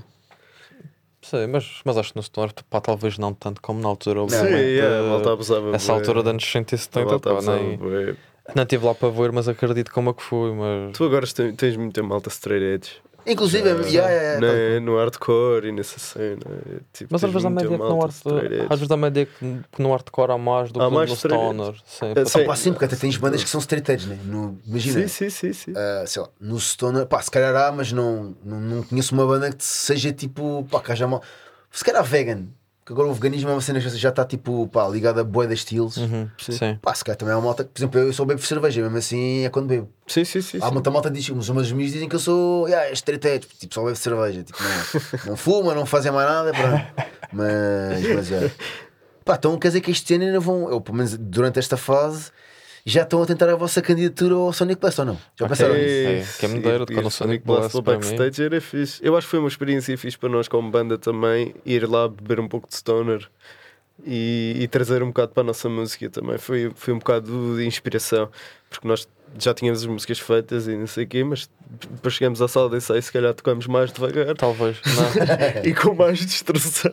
Sei, mas, mas acho que no Stoner, pá, talvez não tanto como na altura. sim obviamente, yeah, a eh, malta abusava. essa bué. altura de anos sessenta e A setenta, malta pá, abusava nem, bué. não estive lá para ver, mas acredito como é que foi. Mas Tu agora tens, tens muita malta straight edge. Inclusive, yeah, yeah, yeah, tá. né, no hardcore e nessa cena. é, Tipo, Mas às tens vezes dá-me a muita ideia que no malta art, straight edge. às vezes dá-me a ideia que, que no hardcore há mais do Há que mais no straight stoner. Sim, É, pá, sim. Pá, sim, porque até tens bandas que são straight edge, né? No, imagina. Sim, sim, sim, sim. Ah, sei lá, no Stoner, pá, se calhar há, mas não, não, não conheço uma banda que seja tipo, pá, que haja mal. Se calhar vegan, que agora o veganismo é uma cena que já está tipo, pá, ligada a bué de estilos. Uhum, sim. Pá, se calhar também há uma malta que, por exemplo, eu só bebo cerveja, mesmo assim é quando bebo. Sim, sim, sim. Há sim. muita malta que diz, uns meus amigos dizem que eu sou, yeah, straight edge, tipo, só bebo cerveja, tipo, não, não fuma, não fazem mais nada, pronto. Mas, mas é. Pá, então quer dizer que este ano ainda vão, eu, pelo menos durante esta fase, já estão a tentar a vossa candidatura ao Sonic Blast ou não? Já Ah, pensaram é. nisso? isso. Que é madeira, tocar no Sonic Blast lá para backstage era fixe. Eu acho que foi uma experiência fixe para nós como banda também, ir lá beber um pouco de stoner e, e trazer um bocado para a nossa música também. Foi, foi um bocado de inspiração, porque nós já tínhamos as músicas feitas e não sei o quê, mas depois chegamos à sala de ensaio e se calhar tocamos mais devagar Talvez. Não. e com mais destrução.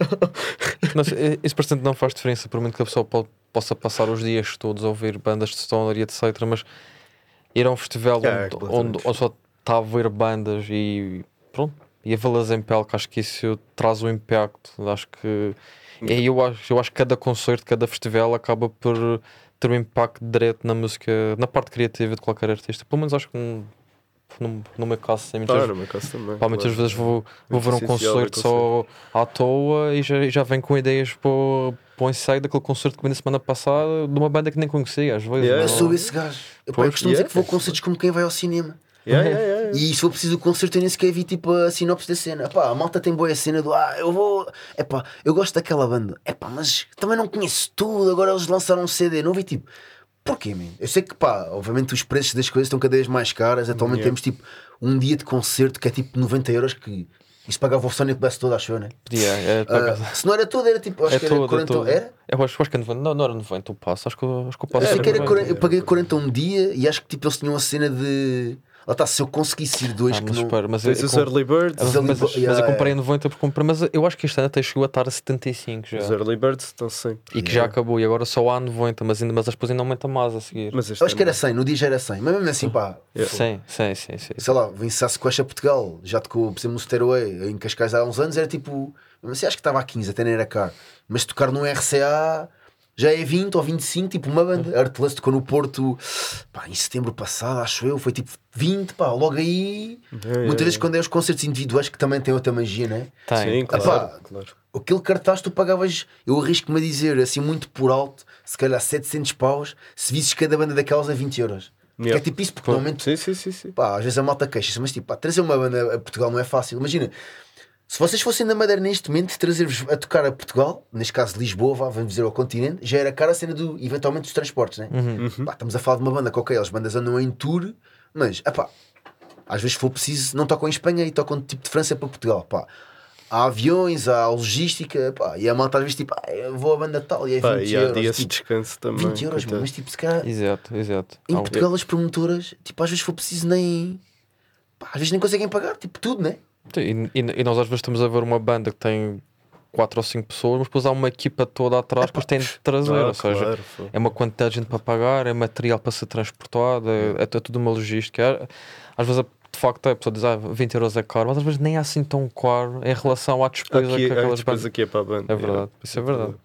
Não sei, isso bastante não faz diferença, por muito que a pessoa po- possa passar os dias todos a ouvir bandas de stoner e etcétera. Mas ir a um festival Ah, onde, completamente. onde, onde só está a ver bandas e pronto, e a vê-las em palco, acho que isso traz um impacto. Acho que e aí eu acho, eu acho que cada concerto, cada festival acaba por ter um impacto direto na música, na parte criativa de qualquer artista. Pelo menos acho que no, no, no meu caso, sim, muitas, Ah, no meu caso também. pá, muitas claro. vezes vou, vou Muito ver um essencial concerto o só à toa e já, já venho com ideias para o, para o ensaio daquele concerto que vi na semana passada de uma banda que nem conhecia, às vezes. Yeah. Eu não- sou esse gajo. Eu, pá, eu Pois, costumo dizer yeah. que vou a concertos como quem vai ao cinema. Yeah, yeah, yeah, yeah. E se for preciso o concerto, eu nem sequer vi tipo a sinopse da cena. Epá, a malta tem boa a cena do ah, eu vou. Epá, eu gosto daquela banda. Epá, mas também não conheço tudo. Agora eles lançaram um C D. Não vi tipo. Porquê, man? Eu sei que pá, obviamente os preços das coisas estão cada vez mais caras. Atualmente Yeah. temos tipo um dia de concerto que é tipo noventa euros. Que isso pagava o Sonic Blast todo, acho eu, né? Podia, é, Ah, pagar- se não era todo, era tipo. Acho é que era todo, é quarenta. todo. Era? Eu acho, acho que é noventa, não, não era noventa o passo, acho que, eu- acho que o passo Eu sei era que era noventa. quarenta, eu paguei quarenta um dia e acho que tipo eles tinham a cena de. Lá está, se eu conseguisse ir dois Ah, que mas não. espera, mas eu, Tens eu, os com- Early Birds. mas, Os early mas- bo- mas yeah, eu comprei yeah. a noventa por comprar, mas eu acho que este ano até chegou a estar a setenta e cinco já. Os Early Birds estão sempre. E que Yeah. já acabou, e agora só há noventa, mas, ainda, mas depois ainda aumenta mais a seguir. Mas este Eu acho que ano- era cem, no dia já era cem, mas mesmo assim, pá, Yeah. Sim, sim, sim, sim. sei lá, vem Sasquatch a Portugal, já tocou, por exemplo, no Stairway em Cascais há uns anos, era tipo, mesmo assim, acho que estava a quinze, até nem era caro, mas tocar no R C A já é vinte ou vinte e cinco, tipo uma banda. Artlust tocou no Porto, pá, em setembro passado, acho eu, foi tipo vinte, pá, logo aí. Yeah, Muitas vezes yeah. quando é os concertos individuais que também têm outra magia, né? Tem. Sim, claro, Epá, claro. Aquele cartaz tu pagavas, eu arrisco-me a dizer, assim muito por alto, se calhar setecentos paus, se visses cada banda daquelas a vinte euros. Porque Yeah. é tipo isso, porque normalmente Sim, sim, sim, sim. pá, às vezes a malta queixa-se, mas tipo, pá, trazer uma banda a Portugal não é fácil. Imagina, se vocês fossem da Madeira neste momento, trazer-vos a tocar a Portugal, neste caso Lisboa, vá, vamos dizer ao continente, já era cara a cena do, eventualmente dos transportes, né? Uhum. Pá, estamos a falar de uma banda que, ok, as bandas andam em tour, mas, epá, às vezes se for preciso, não tocam em Espanha e tocam tipo de França para Portugal, pá. Há aviões, há logística, pá, e a malta às vezes tipo, ah, eu vou a banda tal e é Pá, vinte e há euros. dias de Tipo, descanso também. vinte euros, coitado. mas tipo, se calhar Exato, exato. em Há um- Portugal as promotoras, tipo, às vezes se for preciso nem. Pá, às vezes nem conseguem pagar, tipo, tudo, né? E, e, e nós às vezes estamos a ver uma banda que tem quatro ou cinco pessoas, mas depois há uma equipa toda atrás que os tem de trazer, Ah, ou seja, claro, pô. é uma quantidade de gente para pagar, é material para ser transportado, é, é tudo uma logística. É- Às vezes, de facto, a pessoa diz, ah, vinte euros é caro, mas às vezes nem é assim tão caro em relação à despesa Aqui, que a aquelas despesa bandas. aqui é para a banda. É verdade, isso é verdade.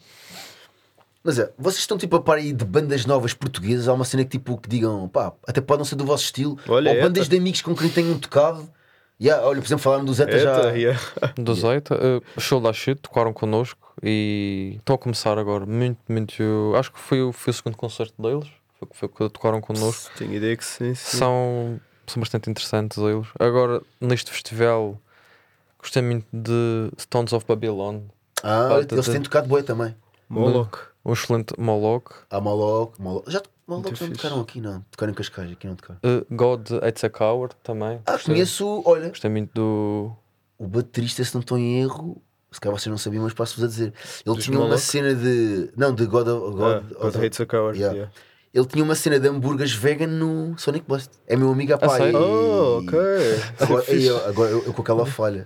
Mas é, vocês estão tipo a par aí de bandas novas portuguesas, há uma cena que tipo que digam, pá, até pode não ser do vosso estilo, Olha, ou Eta. bandas de amigos com quem tenham tocado. Yeah, olha, por exemplo, falaram do Zeta já. Eta, yeah. Do Zeita, uh, Show da Shit, tocaram connosco e estão a começar agora. Muito, muito. Acho que foi, o- foi o segundo concerto deles, foi, foi que tocaram connosco. Tenho ideia que sim, sim. São, são bastante interessantes eles. Agora, neste festival, gostei muito de Stones of Babylon, Ah, Pá, eles de- têm tocado bué também. Moloch. um excelente Moloch. Há Moloch, Moloch. Já Moloch Muito não fixe. tocaram aqui, não. Tocaram em Cascais, aqui não tocaram. Uh, God Hates a Coward também. Ah, Gostei- conheço, olha, Gostei muito do. o baterista, se não estou em erro, se calhar vocês não sabiam, mas passo-vos a dizer. Ele Dos tinha uma Moloch? cena de. Não, de God of. God, Ah, God of- Hates a Coward. Yeah. Yeah. Ele tinha uma cena de hambúrgueres vegan no Sonic Blast. É meu amigo, pá. sério? e- Oh, ok. Agora, Fixe. e eu, agora eu, eu com aquela falha.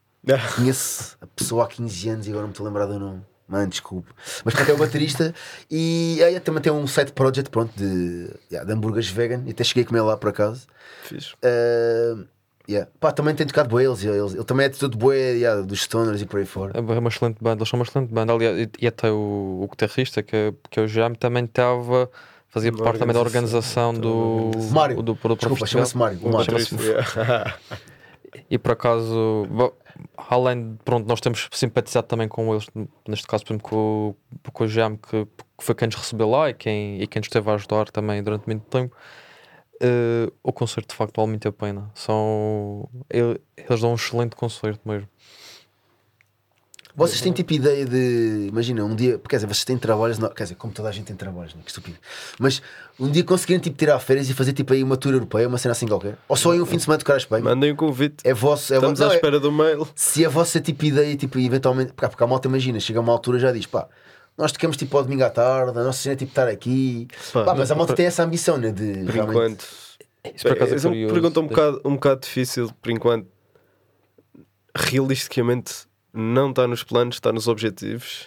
Conheço a pessoa há quinze anos e agora não me estou a lembrar do nome. Mano, desculpe. Mas pronto, é o baterista e aí também tem um side project pronto, de, yeah, de hambúrgueres vegan. E até cheguei a comer lá por acaso. Fixe. Uh, yeah. Pá, também tem tocado bué eles, eles. Ele também é de tudo bué yeah, dos Stoners e por aí fora. É uma excelente banda, eles são uma excelente banda. Aliás, e, e até o, o guitarrista, que, é- que é o Jam, também estava. Fazia Na parte também da organização, organização do. organização. Mário. do, do, do, Desculpa, festival. chama-se Mário. O O Mário. baterista, yeah. E por acaso, bo- além de, pronto, nós temos simpatizado também com eles, neste caso, por exemplo, com, o- com o Jam, que, que foi quem nos recebeu lá e quem, e quem nos esteve a ajudar também durante muito tempo. eh, o concerto de facto vale muito a pena. São, ele- eles dão um excelente concerto mesmo. Vocês têm tipo ideia de. Imagina, um dia. Quer dizer, vocês têm trabalhos. Não, quer dizer, como toda a gente tem trabalhos, né? Que estúpido. Mas um dia conseguirem tipo tirar férias e fazer tipo aí uma tour europeia, uma cena assim qualquer. Ou só em um fim de semana tocar a Espanha. Mandem um convite. É vosso. É Estamos vo... à não, é- espera do mail. Se a vossa tipo ideia, tipo, eventualmente. Porque, porque a malta imagina, chega a uma altura já diz, pá, nós tocamos tipo ao domingo à tarde, a nossa cena é tipo estar aqui. Pá, Pá, mas a malta por- tem essa ambição, né? De Por realmente. enquanto. Isso por acaso é É uma curioso. pergunta um bocado, um bocado difícil, por enquanto. Realisticamente, não está nos planos, está nos objetivos.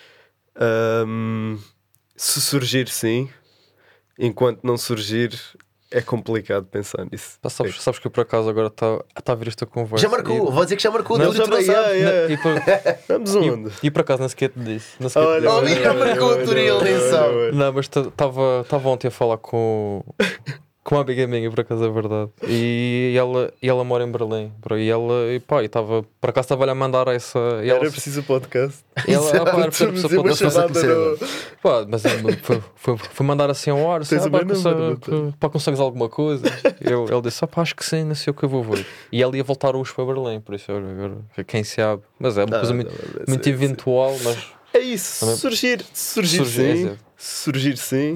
Ahm, se surgir, sim. Enquanto não surgir, é complicado pensar nisso. Pá, sabes, sabes que eu por acaso agora está tá a vir esta conversa. Já marcou, vou dizer que já marcou, Não, deu já tu não vai, sabes. yeah, yeah. E, por, Vamos onde? e, e por acaso nem sequer te disse. Nem sequer te Olha, disse. olha, olha, já olha, marcou o olha, Turil, olha, nem olha, sabe. olha. Não, mas estava ontem a falar com, com uma amiga minha, por acaso é verdade. E ela, e ela mora em Berlim. bro, E ela, e pá, e tava, por acaso estava-lhe a mandar essa. E ela, Era preciso podcast. ela, ah, pá, era preciso Temos pessoa uma para- chamada no- Pá, mas é, foi, foi, foi mandar assim a hora, assim, Tens ah, o pá, meu número, não consegue, pá, consegues alguma coisa? Eu, ele disse, ah, pá, acho que sim, não sei o que eu vou ver. E ela ia voltar hoje para Berlim, por isso agora, agora, quem sabe. Mas é uma Não, coisa não, muito, não, muito sim, eventual, mas É isso, Também- se surgir, se surgir, Surgir, é sim, dizer. se surgir sim,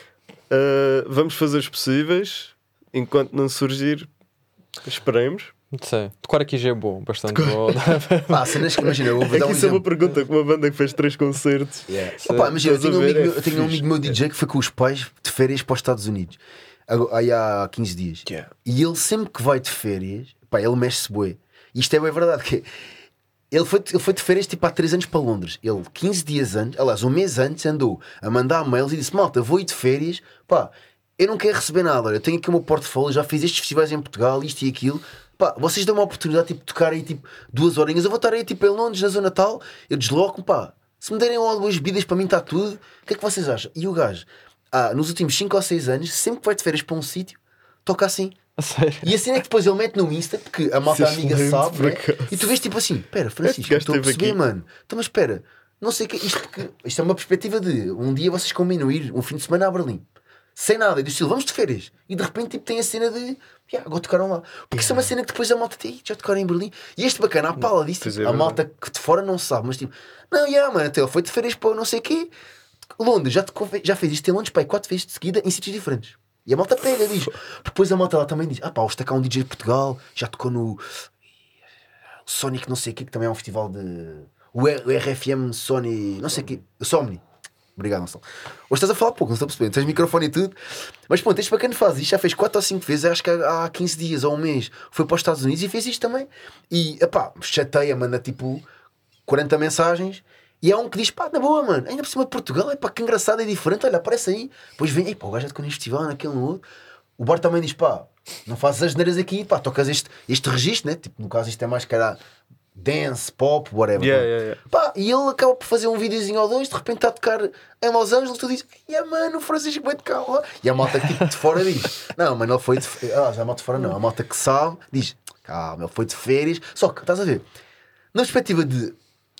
Uh, vamos fazer os possíveis. Enquanto não surgir, esperemos. não sei. Tocar aqui já é bom, bastante bom. Pá, cenas que imagina, eu vou É dar que um isso é uma exemplo. pergunta com uma banda que fez três concertos. Yeah. Sim. Opa, imagina, eu Estás tenho, a um ver? amigo, É meu, eu tenho um fixe. amigo meu D J que foi com os pais de férias para os Estados Unidos Ago- aí há quinze dias. Yeah. E ele sempre que vai de férias, pá, ele mexe-se bué. E isto é bem verdade. Que ele, foi, ele foi de férias tipo há três anos para Londres. Ele, quinze dias antes, aliás, um mês antes, andou a mandar mails e disse: Malta, vou ir de férias, pá, eu não quero receber nada. Olha, eu tenho aqui o meu portfólio, já fiz estes festivais em Portugal, isto e aquilo. Pá, vocês dão uma oportunidade tipo, de tocar aí tipo duas horinhas. Eu vou estar aí tipo em Londres, na zona tal. Eu desloco-me, pá. Se me derem uma ou duas bebidas para mim está tudo. O que é que vocês acham? E o gajo, ah, nos últimos cinco ou seis anos, sempre que vai de férias para um sítio, toca assim. A sério. E assim é que depois ele mete no Insta, porque a malta Isso é amiga excelente, sabe, por né? acaso. E tu vês tipo assim: Espera, Francisco, Este gajo estou a esteve perceber, aqui. mano. Então, mas espera, não sei o que. Isto, porque, isto é uma perspectiva de um dia vocês combinam ir um fim de semana a Berlim. Sem nada, e do estilo, vamos de férias. E de repente tipo, tem a cena de yeah, agora tocaram lá. Porque isso é uma cena que depois a malta tem, já tocaram em Berlim. E este bacana, a pala disso, Pois tipo, é, a verdade. malta que de fora não sabe, mas tipo, não, yeah, mano, até ele foi de férias para não sei o quê. Londres, já, tocou, já fez isto em Londres, pai, quatro vezes de seguida em sítios diferentes. E a malta pega, diz. Depois a malta lá também diz: ah pá, hoje está cá um D J de Portugal, já tocou no Sonic, não sei o quê, que também é um festival de. O R- o R F M Sony, não sei o quê, Somni. Obrigado, Gonçalo. Hoje estás a falar pouco, não estou a perceber. Tens microfone e tudo. Mas pronto, este bacana faz isto. Já fez quatro ou cinco vezes, acho que há há quinze dias ou um mês. Foi para os Estados Unidos e fez isto também. E, epá, chateia, manda tipo quarenta mensagens. E há um que diz: pá, na boa, mano, ainda por cima de Portugal, é pá, que engraçado, é diferente. Olha, aparece aí. Depois vem, pá, o gajo já tocou neste festival, naquele, no outro. O bar também diz: pá, não fazes as neiras aqui, pá, tocas este, este registro, né? Tipo, no caso, isto é mais cara dance, pop, whatever. Yeah, pá. yeah, yeah. Pá, e ele acaba por fazer um videozinho ou dois, de repente está a tocar em Los Angeles, tu dizes: yeah, mano, o Francisco vai tocar lá. E a malta que tipo de fora diz: não, mano, ele foi de férias. Ah, já a malta de fora não. A malta que sabe diz: calma, ele foi de férias. Só que, estás a ver, na perspectiva de,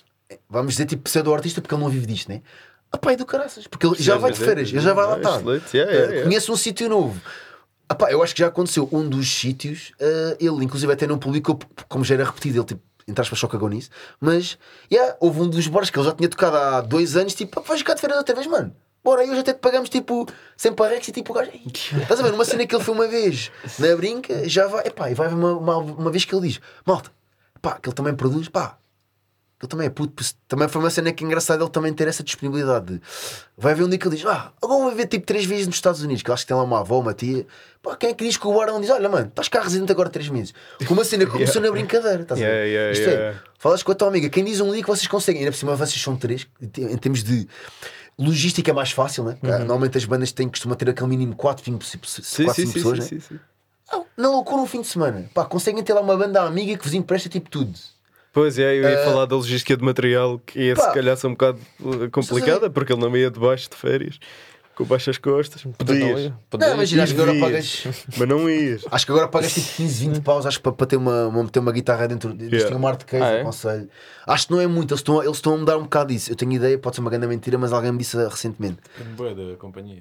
vamos dizer, tipo pseudo-artista, porque ele não vive disto, né? Ah, pá, é do caraças, porque ele já Sim, vai de mas é- férias, ele já vai lá é estar. excelente, yeah, yeah, Uh, yeah. Conhece um sítio novo. Ah, pá, eu acho que já aconteceu um dos sítios, uh, ele inclusive até não publicou, porque como já era repetido, ele tipo, entre aspas, só cagou nisso. Mas, yeah, houve um dos bares que ele já tinha tocado há dois anos, tipo, vais ficar de férias outra vez, mano. Bora, aí hoje até te pagamos, tipo, sem parrex e tipo, o gajo, "Ei, estás a ver, numa cena que ele foi uma vez, na brinca, já vai, epá, e vai uma, uma, uma vez que ele diz: malta, pá, que ele também produz, pá, que ele também é puto, pois, também foi uma cena que é engraçada ele também ter essa disponibilidade de, vai haver um dia que ele diz: ah, agora vou ver tipo três vezes nos Estados Unidos, que eu acho que tem lá uma avó, uma tia, pá, quem é que diz que o bar não diz: olha, mano, estás cá residente agora três meses, com uma cena que começou na brincadeira, estás a ver? Yeah, yeah, Isto yeah. é, falas com a tua amiga, quem diz um dia que vocês conseguem, ainda por cima vocês são três, em termos de logística é mais fácil, né? Uhum. Normalmente as bandas têm costuma ter aquele mínimo quatro, cinco, Sim, quatro, sim, cinco sim, pessoas, sim, né? sim, sim. Não, na loucura um fim de semana, pá, conseguem ter lá uma banda amiga que vos empresta tipo tudo. Pois é, eu ia Uh, falar da logística de material, que ia pá, se calhar ser um bocado uh, complicada, porque ele não ia de baixo de férias, com baixas costas. Podias, Não, imagina, acho que agora Devias. pagas. mas não ias. Acho que agora pagas tipo quinze, vinte paus, acho que para, para ter uma, uma, ter uma guitarra dentro de Yeah. yeah. um art case, Ah, é? aconselho. Acho que não é muito, eles estão, eles estão a mudar um bocado disso. Eu tenho ideia, pode ser uma grande mentira, mas alguém me disse recentemente. Tem boa da companhia.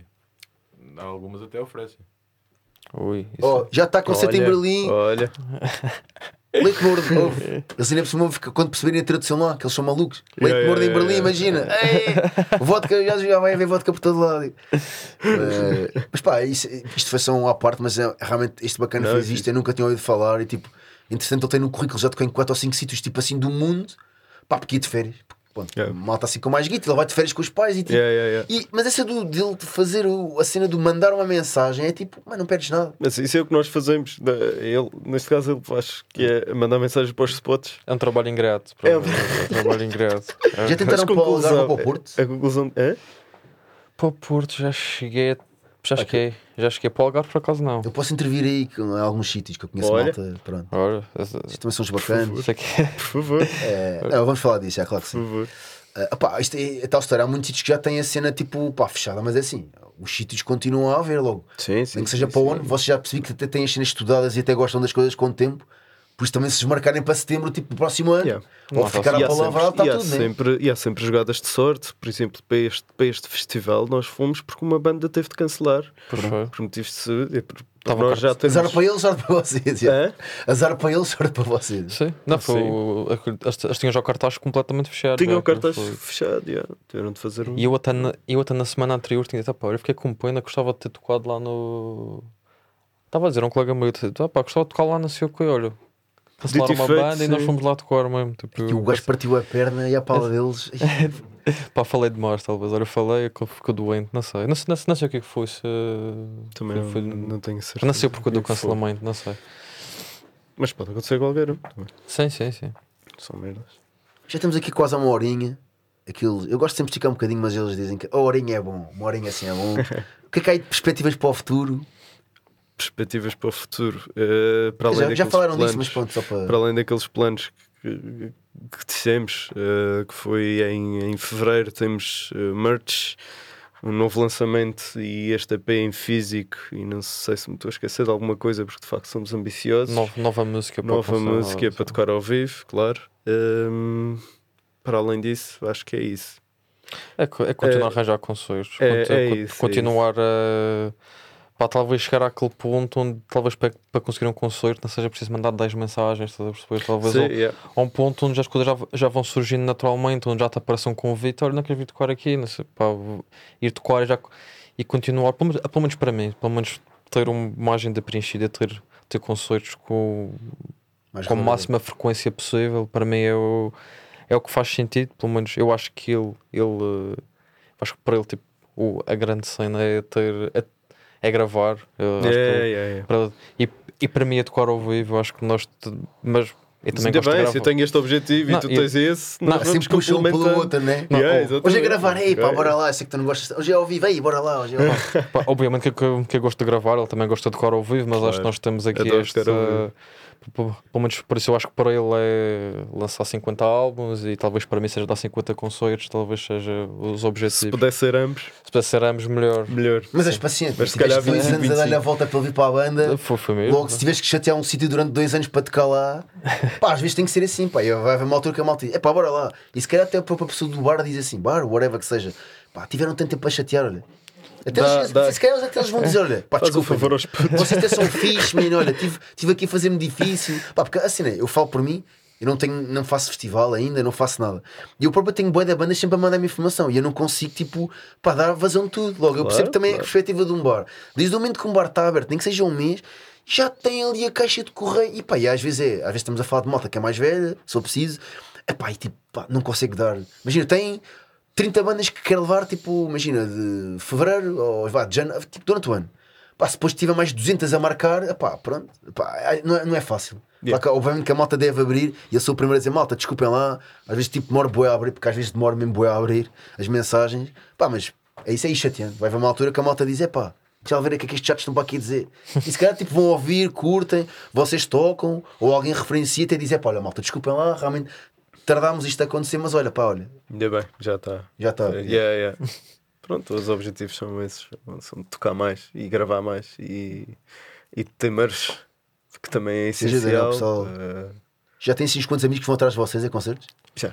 Há algumas até oferecem. Ui, isso Oh, já está concerto em Olha, Berlim. Olha, Leite morno, ouve. Eles ainda por cima, quando perceberem a tradução lá, que eles são malucos. Leite Yeah, morno yeah, em Berlim, yeah, imagina. Ei, vodka, já, já vai haver vodka por todo lado. Uh, mas pá, isso, isto foi só um à parte, mas é, realmente este bacana Não, fez sim. isto. Eu nunca tinha ouvido falar. E tipo, interessante, ele tem no currículo, já tocou em quatro ou cinco sítios, tipo assim, do mundo. Pá, porque ia de férias. Pronto, Yeah. malta assim com mais guito, ele vai de férias com os pais e tipo. Yeah, yeah, yeah. E, mas essa do, dele de fazer o, a cena do mandar uma mensagem é tipo, mas não perdes nada. Mas isso é o que nós fazemos. da- Ele, neste caso, ele acho que é mandar mensagens para os spots. É um trabalho ingrato. É. É um trabalho ingrato. É. Já tentaram Mas para o Algarve ou para o Porto? A conclusão é. Para o Porto já cheguei. Já cheguei. Já cheguei para o Algarve, por acaso não. Eu posso intervir aí com alguns sítios que eu conheço Olha. malta. Pronto. Ora, essa- Isto também são os bacanas. isso aqui é. Por favor, É, não, vamos falar disso, é claro que por sim. favor. Uh, opá, isto é, é tal história. Há muitos sítios que já têm a cena tipo pá, fechada, mas é assim, os sítios continuam a haver logo. Sim, sim. Nem que seja sim, para o sim. ano, vocês já percebi que até têm as cenas estudadas e até gostam das coisas com o tempo. Por isso também se desmarcarem para setembro, tipo do próximo ano, Yeah. ou Não, ficar tá a E há palavra, sempre, está e há tudo, né? sempre, e há sempre jogadas de sorte. Por exemplo, para este, para este festival, nós fomos porque uma banda teve de cancelar Perfeito. por motivos de saúde. e por- Tava nós já temos. Azar para eles, sorte para vocês. já. Hã? Azar para eles, sorte para vocês. Sim, não, foi Sim. o, aquele- as, as tinham já o cartaz completamente fechado. Tinham já, o cartaz foi. fechado, yeah. Tiveram de fazer um. E eu até, na, eu até na semana anterior tinha dito, "Ah, pá, eu fiquei com pena, gostava de ter tocado lá no. Estava a dizer, um colega meu, disse, ah, pá, gostava de tocar lá, não sei o que, olha. Cancelaram Dito e uma feito, banda e nós sim. fomos lá tocar mesmo. Tipo, E o gajo partiu a perna e a pala deles. pá, falei demais, talvez. Olha, eu falei, que ficou doente, não sei. Não sei, não sei, não sei o que é que foi. Se... Também foi, não, foi- não tenho certeza. Não sei porque do o que foi. cancelamento, não sei. Mas pode acontecer qualquer um. também. Sim, sim, sim. São merdas. Já estamos aqui quase a uma horinha. Aquilo, eu gosto sempre de esticar um bocadinho, mas eles dizem que a horinha é bom, uma horinha assim é bom. O que é que há aí de perspectivas para o futuro? Perspectivas para o futuro. eh, para além Já, já daqueles falaram planos, disso, mas pronto, só para. para além daqueles planos que, que dissemos, eh, que foi em, em fevereiro, temos eh, merch, um novo lançamento e este E P em físico. E não sei se me estou a esquecer de alguma coisa, porque de facto somos ambiciosos. Nova, nova música para Nova alcançar- música para tocar ao vivo, claro. Ehm, para além disso, acho que é isso. É, co- é continuar É- a arranjar concertos, é- conti- é co- isso, é continuar a. Pá, talvez chegar àquele ponto onde, talvez para, para conseguir um concerto, não seja preciso mandar dez mensagens, estás a perceber? Talvez Sim, ao- yeah. a um ponto onde as coisas já, já vão surgindo naturalmente, onde já te aparece um convite, olha, não queres vir tocar aqui, não sei, pá, vou ir tocar e, já, e continuar, pelo menos, pelo menos para mim, pelo menos ter uma agenda preenchida, ter, ter concertos com, mais com a regular. máxima frequência possível, para mim é o, é o que faz sentido, pelo menos eu acho que ele, ele eh, acho que para ele tipo, o, a grande cena é ter é, é gravar, eu acho que Yeah, ele- yeah, yeah. para- e, e para mim é tocar ao vivo, eu acho que nós te- mas eu também Ainda gosto de bem, gravar. se eu tenho este objetivo Não, e tu eu- tens esse, Não, nós vamos Sempre puxa um pelo complementando. outro, né? Não, Yeah, oh, exatamente. Hoje é gravar, ei pá, Ok. bora lá. Eu sei que tu não gostas. Hoje é ao vivo, ei, bora lá. Hoje é ao vivo. Pá, obviamente que, que, que eu gosto de gravar, ele também gosta de tocar ao vivo, mas Claro. acho que nós temos aqui Adoro este. tocar ao vivo. Pelo pelo menos por isso eu acho que para ele é lançar cinquenta álbuns e talvez para mim seja dar cinquenta concertos, talvez seja os Se objetivos. pudesse ser ambos, Se pudesse ser ambos, melhor. melhor. Mas és paciente. Mas se Tiveste calhar dois vinte, anos a dar-lhe a vinte e cinco. volta para ele vir para a banda. Foi, foi mesmo. Logo, se tiveres que chatear um sítio durante dois anos para tocar lá, pá, às vezes tem que ser assim, pá. E vai haver uma altura que a malta diz, é pá, bora lá. E se calhar até a própria pessoa do bar diz assim, bar, whatever que seja, pá, tiveram tanto tempo para chatear, olha. Até Dá- eles, dá. se calhar até eles vão dizer, olha, pá, Faz um desculpa, favor aos putos. vocês até são fixe, menino, olha, tive, tive aqui a fazer-me difícil, pá, porque assim, né, eu falo por mim, eu não tenho, não faço festival ainda, não faço nada. E eu próprio tenho bué da banda sempre a mandar-me informação e eu não consigo, tipo, pá, dar vazão de tudo. Logo, eu Claro, percebo também claro. a perspectiva de um bar. Desde o momento que um bar está aberto, nem que seja um mês, já tem ali a caixa de correio. E pá, e às vezes é, às vezes estamos a falar de malta que é mais velha, se eu preciso, é pá, e tipo, pá, não consegue dar. Imagina, tem trinta bandas que quer levar, tipo, imagina, de fevereiro ou vá, de janeiro, tipo, durante o ano. Pá, se depois tiver mais duzentas a marcar, pá, pronto, pá, não, é, não é fácil. Yeah. Claro que, obviamente que a malta deve abrir e eu sou o primeiro a dizer, malta, desculpem lá, às vezes tipo demoro bué a abrir, porque às vezes demoro mesmo bué a abrir as mensagens, pá, mas é isso aí chateante. Vai haver uma altura que a malta diz, é pá, deixa lá ver o que é que estes chatos estão para aqui dizer. E se calhar tipo, vão ouvir, curtem, vocês tocam, ou alguém referencia até diz, é pá, olha malta, desculpem lá, realmente tardámos isto a acontecer, mas olha, pá, olha, Ainda bem, já está. já está. Yeah, yeah. Pronto, os objetivos são esses: são de tocar mais e gravar mais e, e ter merch, que também é Seja essencial. legal, pessoal. eh, Já tem assim uns quantos amigos que vão atrás de vocês a concertos? já.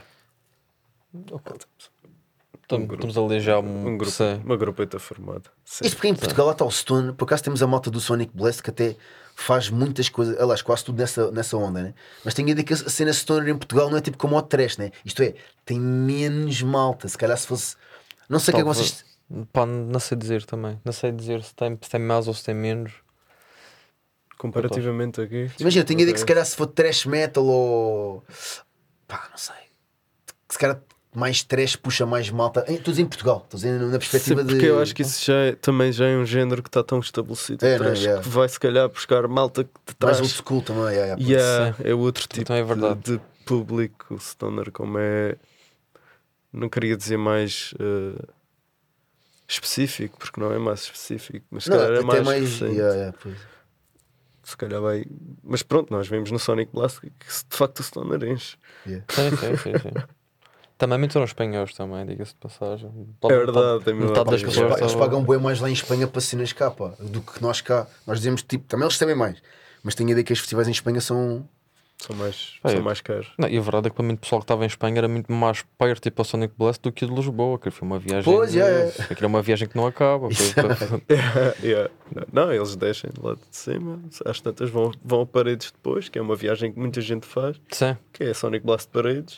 Estamos, grupo. estamos ali já um, Um grupo, sim. uma grupeta formada. Sim. Isto porque em Portugal lá está o Stone, por acaso temos a malta do Sonic Blast que até faz muitas coisas, aliás, quase tudo nessa, nessa onda, né? Mas tenho a ideia que a cena stoner em Portugal não é tipo como o trash, né? Isto é, tem menos malta. Se calhar se fosse. Não sei o que é que Talvez- vocês. Pá, não sei dizer também. Não sei dizer se tem, se tem mais ou se tem menos. Comparativamente aqui. Imagina, tenho a ideia que se Ok. calhar se for trash metal ou. Pá, não sei. Que se calhar mais trash puxa mais malta. Em- Estou a dizer em Portugal, estou a dizer na perspectiva Sim, de. porque eu acho que isso já é, também já é um género que está tão estabelecido É, atrás, não é? Yeah. que vai se calhar buscar malta que te Mais traz. old school também. Yeah, yeah, E há- Sim. é outro tipo Então é verdade. de, de público, o stoner, como é. Não queria dizer mais eh, específico, porque não é mais específico, mas se Não, calhar é até mais, mais. recente. Yeah, yeah, pois. Se calhar vai. Mas pronto, nós vimos no Sonic Blast que de facto o stoner enche. Yeah. Sim, sim, sim, sim. Também meteram espanhóis também, diga-se de passagem. É verdade, tem metade das Eles, pessoas pa- eles estava- pagam bem mais lá em Espanha para cenas cá, pá, do que nós cá. Nós dizemos tipo, também eles sabem mais. Mas tenho a ideia que os festivais em Espanha são. São mais, É. são mais caros. Não, e a verdade é que para mim o pessoal que estava em Espanha era muito mais perto tipo ao Sonic Blast do que o de Lisboa, que foi uma viagem. Pois, de- é, é. Aquilo é uma viagem que não acaba. Isso. Yeah. Não, eles deixem lá de cima. Às tantas vão, vão a Paredes depois, que é uma viagem que muita gente faz, Sim. que é Sonic Blast Paredes.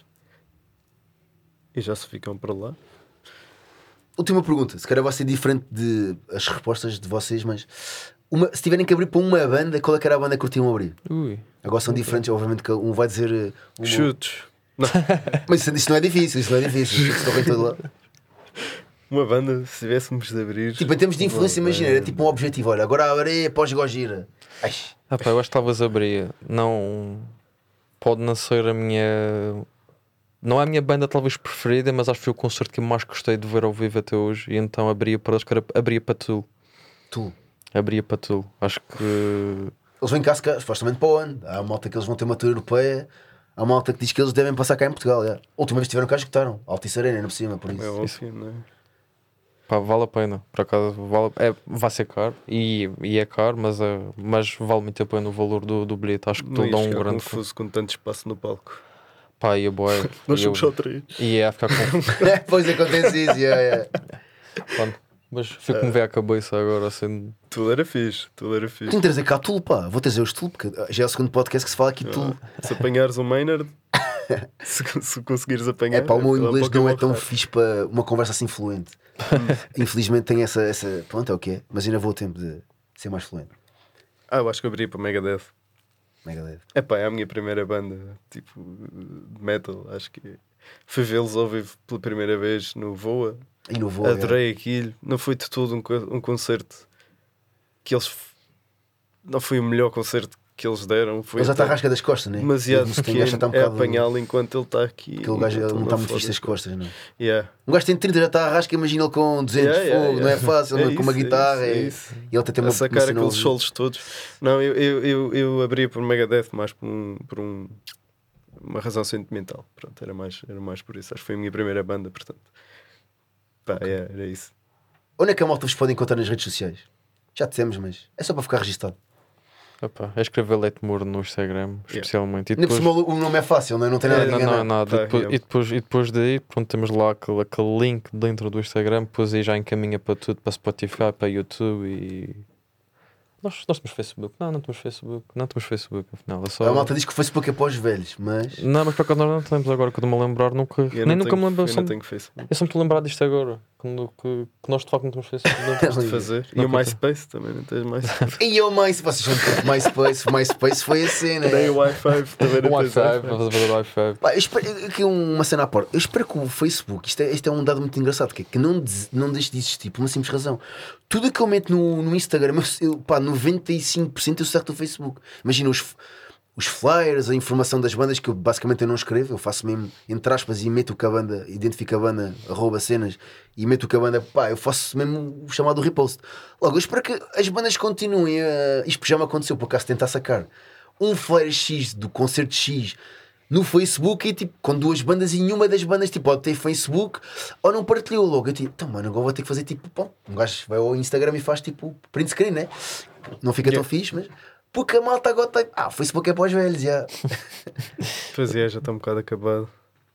E já se ficam para lá. Última pergunta, se calhar vai ser diferente de as respostas de vocês, mas uma, se tiverem que abrir para uma banda, qual é que era a banda que curtiam abrir? Ui. Agora são diferentes, obviamente que um vai dizer. eh, uma- Chutes. Mas isso, isso não é difícil, isso não é difícil. Isso corre em todo lado. Uma banda, se tivéssemos de abrir. Tipo, em termos de influência, uma imagina, era banda. tipo um objetivo. Olha, agora abre após Gojira. Ai, Ah, pá, eu acho que talvez abria. Não. Pode não ser a minha. Não é a minha banda talvez preferida, mas acho que foi o concerto que eu mais gostei de ver ao vivo até hoje. E então abria para eles, que era- abria para tu. tu. Abria para tu. Acho que. Eles vêm cá, se calhar, supostamente para o ano. Há malta que eles vão ter uma tour europeia. Há malta que diz que eles devem passar cá em Portugal. Já. A última vez que estiveram cá, escutaram. Altice Arena, ainda por cima, por É isso. óbvio, não é? Pá, vale a pena. Por acaso, vale, é, vai ser caro. E, e é caro, mas, é, mas vale muito a pena o valor do, do bilhete. Acho que Não tu dá ia um ficar grande. confuso com tanto espaço no palco. Pá, ia boa. Nós ia, somos só três. ia ficar com. Pois acontece isso, já, já. Pronto. Mas fico-me ver a cabeça agora assim. Tudo era fixe, tudo era fixe. Tenho que trazer cá Tulo, pá. Vou trazer os Tulo, porque já é o segundo podcast que se fala aqui de Tulo. Se apanhares o Maynard, se, se conseguires apanhar. É pá, o meu aquilo é um inglês não é Pokémon tão raro. fixe para uma conversa assim fluente. Infelizmente tem essa, essa. Pronto, é o que é. Mas ainda vou a tempo de ser mais fluente. Ah, eu acho que eu abri para Megadeth. Megadeth. É pá, é a minha primeira banda, tipo, de metal. Acho que fui vê-los ao vivo pela primeira vez no Voa. E no voo. Adorei aquilo. Não foi de todo um, co- um concerto que eles. f- Não foi o melhor concerto que eles deram. Foi Ele já está à até rasca das costas, né? demasiado Ele tem pequeno. gajo já está um É bocado- apanhá-lo enquanto ele está aqui. Aquele gajo Então ele não está muito foda-se. fixe das costas, não. Yeah. Um gajo tem trinta, já está à rasca, imagina ele com duzentos Yeah, yeah, fogo, não é yeah. fácil, É não é? Com uma isso, é guitarra. isso, é e- isso. E ele até tem A uma sacar uma cena aqueles ao- solos todos. Não, eu, eu, eu, eu abria por Megadeth mais por, um, por um, uma razão sentimental. Pronto, era mais, era mais por isso. Acho que foi a minha primeira banda, portanto. Pá, yeah, era isso. Onde é que a malta vos pode encontrar nas redes sociais? Já dissemos, mas é só para ficar registado. Opa, é escrever Leite Muro no Instagram, especialmente. E Ainda por depois, cima o nome é fácil, não é? Não tem nada É, a não, enganar. não é nada. Tá, E depois, yeah. e, depois, e depois daí, pronto, temos lá aquele, aquele link dentro do Instagram, depois aí já encaminha para tudo, para Spotify, para YouTube e. Nós, nós temos Facebook? Não, não temos Facebook. Não temos Facebook, afinal. É só... A malta diz que o Facebook é para os velhos, mas. Não, mas para acaso nós não temos agora que eu me lembrar, nunca. Eu Nem não nunca tenho, me lembro. Eu Só, não tenho Facebook. eu só me estou a lembrar disto agora. Quando, que, que nós de facto não temos Facebook. Não Tens de Liga. fazer. E Não o conta. MySpace também, não tens MySpace. E eu, mais, vocês vão ter MySpace, MySpace foi a cena. Nem o Wi-Fi também não Um tens Wi-Fi, Wi-Fi. para fazer o Wi-Fi. Pá, eu espero, aqui uma cena à porta. Eu espero que o Facebook, isto é, isto é um dado muito engraçado, que é que não, des- não deixe de existir por uma simples razão. Tudo o que eu meto no, no Instagram, eu, eu, pá, noventa e cinco por cento eu saco do Facebook. Imagina os, f- os flyers, a informação das bandas, que eu basicamente eu não escrevo, eu faço mesmo entre aspas e meto o que a banda, identifico a banda, arroba cenas e meto o que a banda, pá, eu faço mesmo o chamado repost. Logo, eu espero que as bandas continuem a. Isto já me aconteceu, por acaso tentar sacar um flyer X do concerto X no Facebook e tipo, com duas bandas e nenhuma das bandas tipo, ou tem Facebook ou não partilhou logo. Eu tipo, então mano, agora vou ter que fazer tipo, pô, um gajo vai ao Instagram e faz tipo print screen, né? Não fica tão Yeah. fixe, mas porque a malta agora tem. Ah, o Facebook é para os velhos, já. Pois é, já está um bocado acabado.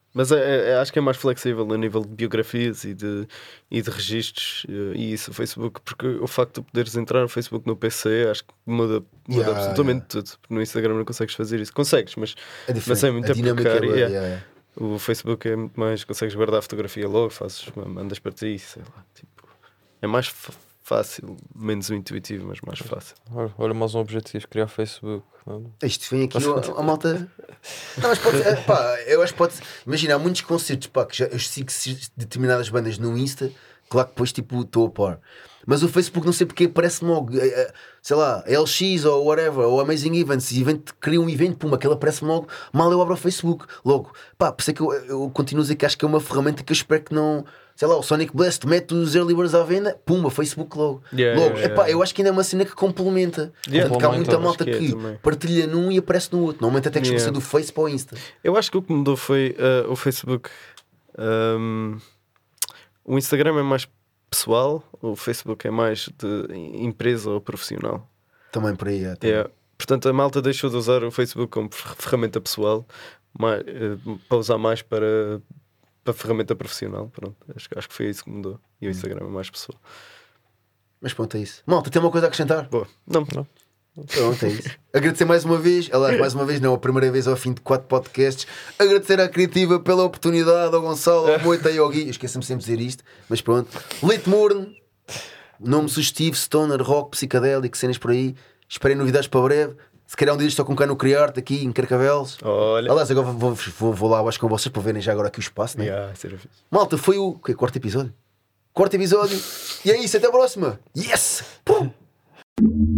Mas é, é, acho que é mais flexível a nível de biografias e de, e de registros eh, e isso, o Facebook, porque o facto de poderes entrar no Facebook no P C acho que muda, muda Yeah, absolutamente tudo. No Instagram não consegues fazer isso. Consegues, mas, É diferente. mas é muito a dinâmica é, precário. bué, yeah. yeah, yeah. O Facebook é muito mais, consegues guardar a fotografia logo, fazes, mandas para ti, sei lá. Tipo, é mais f- fácil, menos intuitivo, mas mais fácil. Olha, olha mais um objetivo, criar Facebook. Não? Isto vem aqui a, a malta. Não, mas pode é, pá, eu acho que pode. Imagina, há muitos concertos, pá, que já, eu sigo determinadas bandas no Insta, claro que depois tipo estou a par. Mas o Facebook não sei porque aparece-me logo, é, é, sei lá, L X ou whatever, ou Amazing Events, event, cria um evento, pum, aquele aparece-me logo, mal eu abro o Facebook, logo. Pá, por isso é que eu, eu continuo a dizer que acho que é uma ferramenta que eu espero que não. Sei lá, o Sonic Blast mete os early birds à venda, pum, o Facebook logo. Yeah, logo. yeah, Epá, yeah. eu acho que ainda é uma cena que complementa. Yeah, Portanto, que há muita acho malta que é que também. partilha num e aparece no outro. Normalmente até que Yeah. yeah. do Face para o Insta. Eu acho que o que mudou foi uh, o Facebook. Um, o Instagram é mais pessoal, o Facebook é mais de empresa ou profissional. Também por aí, é. também. Yeah. Portanto, a malta deixou de usar o Facebook como fer- ferramenta pessoal mais, uh, para usar mais para, para ferramenta profissional. Pronto, acho, que- acho que foi isso que mudou. E o Instagram é mais pessoal. Mas pronto, é isso. Malta, tem uma coisa a acrescentar? Boa. Não, Pronto, é isso. Agradecer mais uma vez, aliás, mais uma vez, não, a primeira vez ao fim de quatro podcasts. Agradecer à Criativa pela oportunidade, ao Gonçalo, ao Moita e ao Gui. Eu esqueço-me sempre de dizer isto, mas pronto. Leite Morno, nome sugestivo, stoner, rock, psicadélico, cenas por aí. Esperem novidades para breve. Se calhar um dia estou com um cano Criarte aqui em Carcavelos. olha. Aliás, agora vou, vou, vou lá abaixo com vocês para verem já agora aqui o espaço, né? Yeah, isso era fixe. Malta, foi o que, quarto episódio? Quarto episódio. E é isso, até a próxima. Yes! Pum!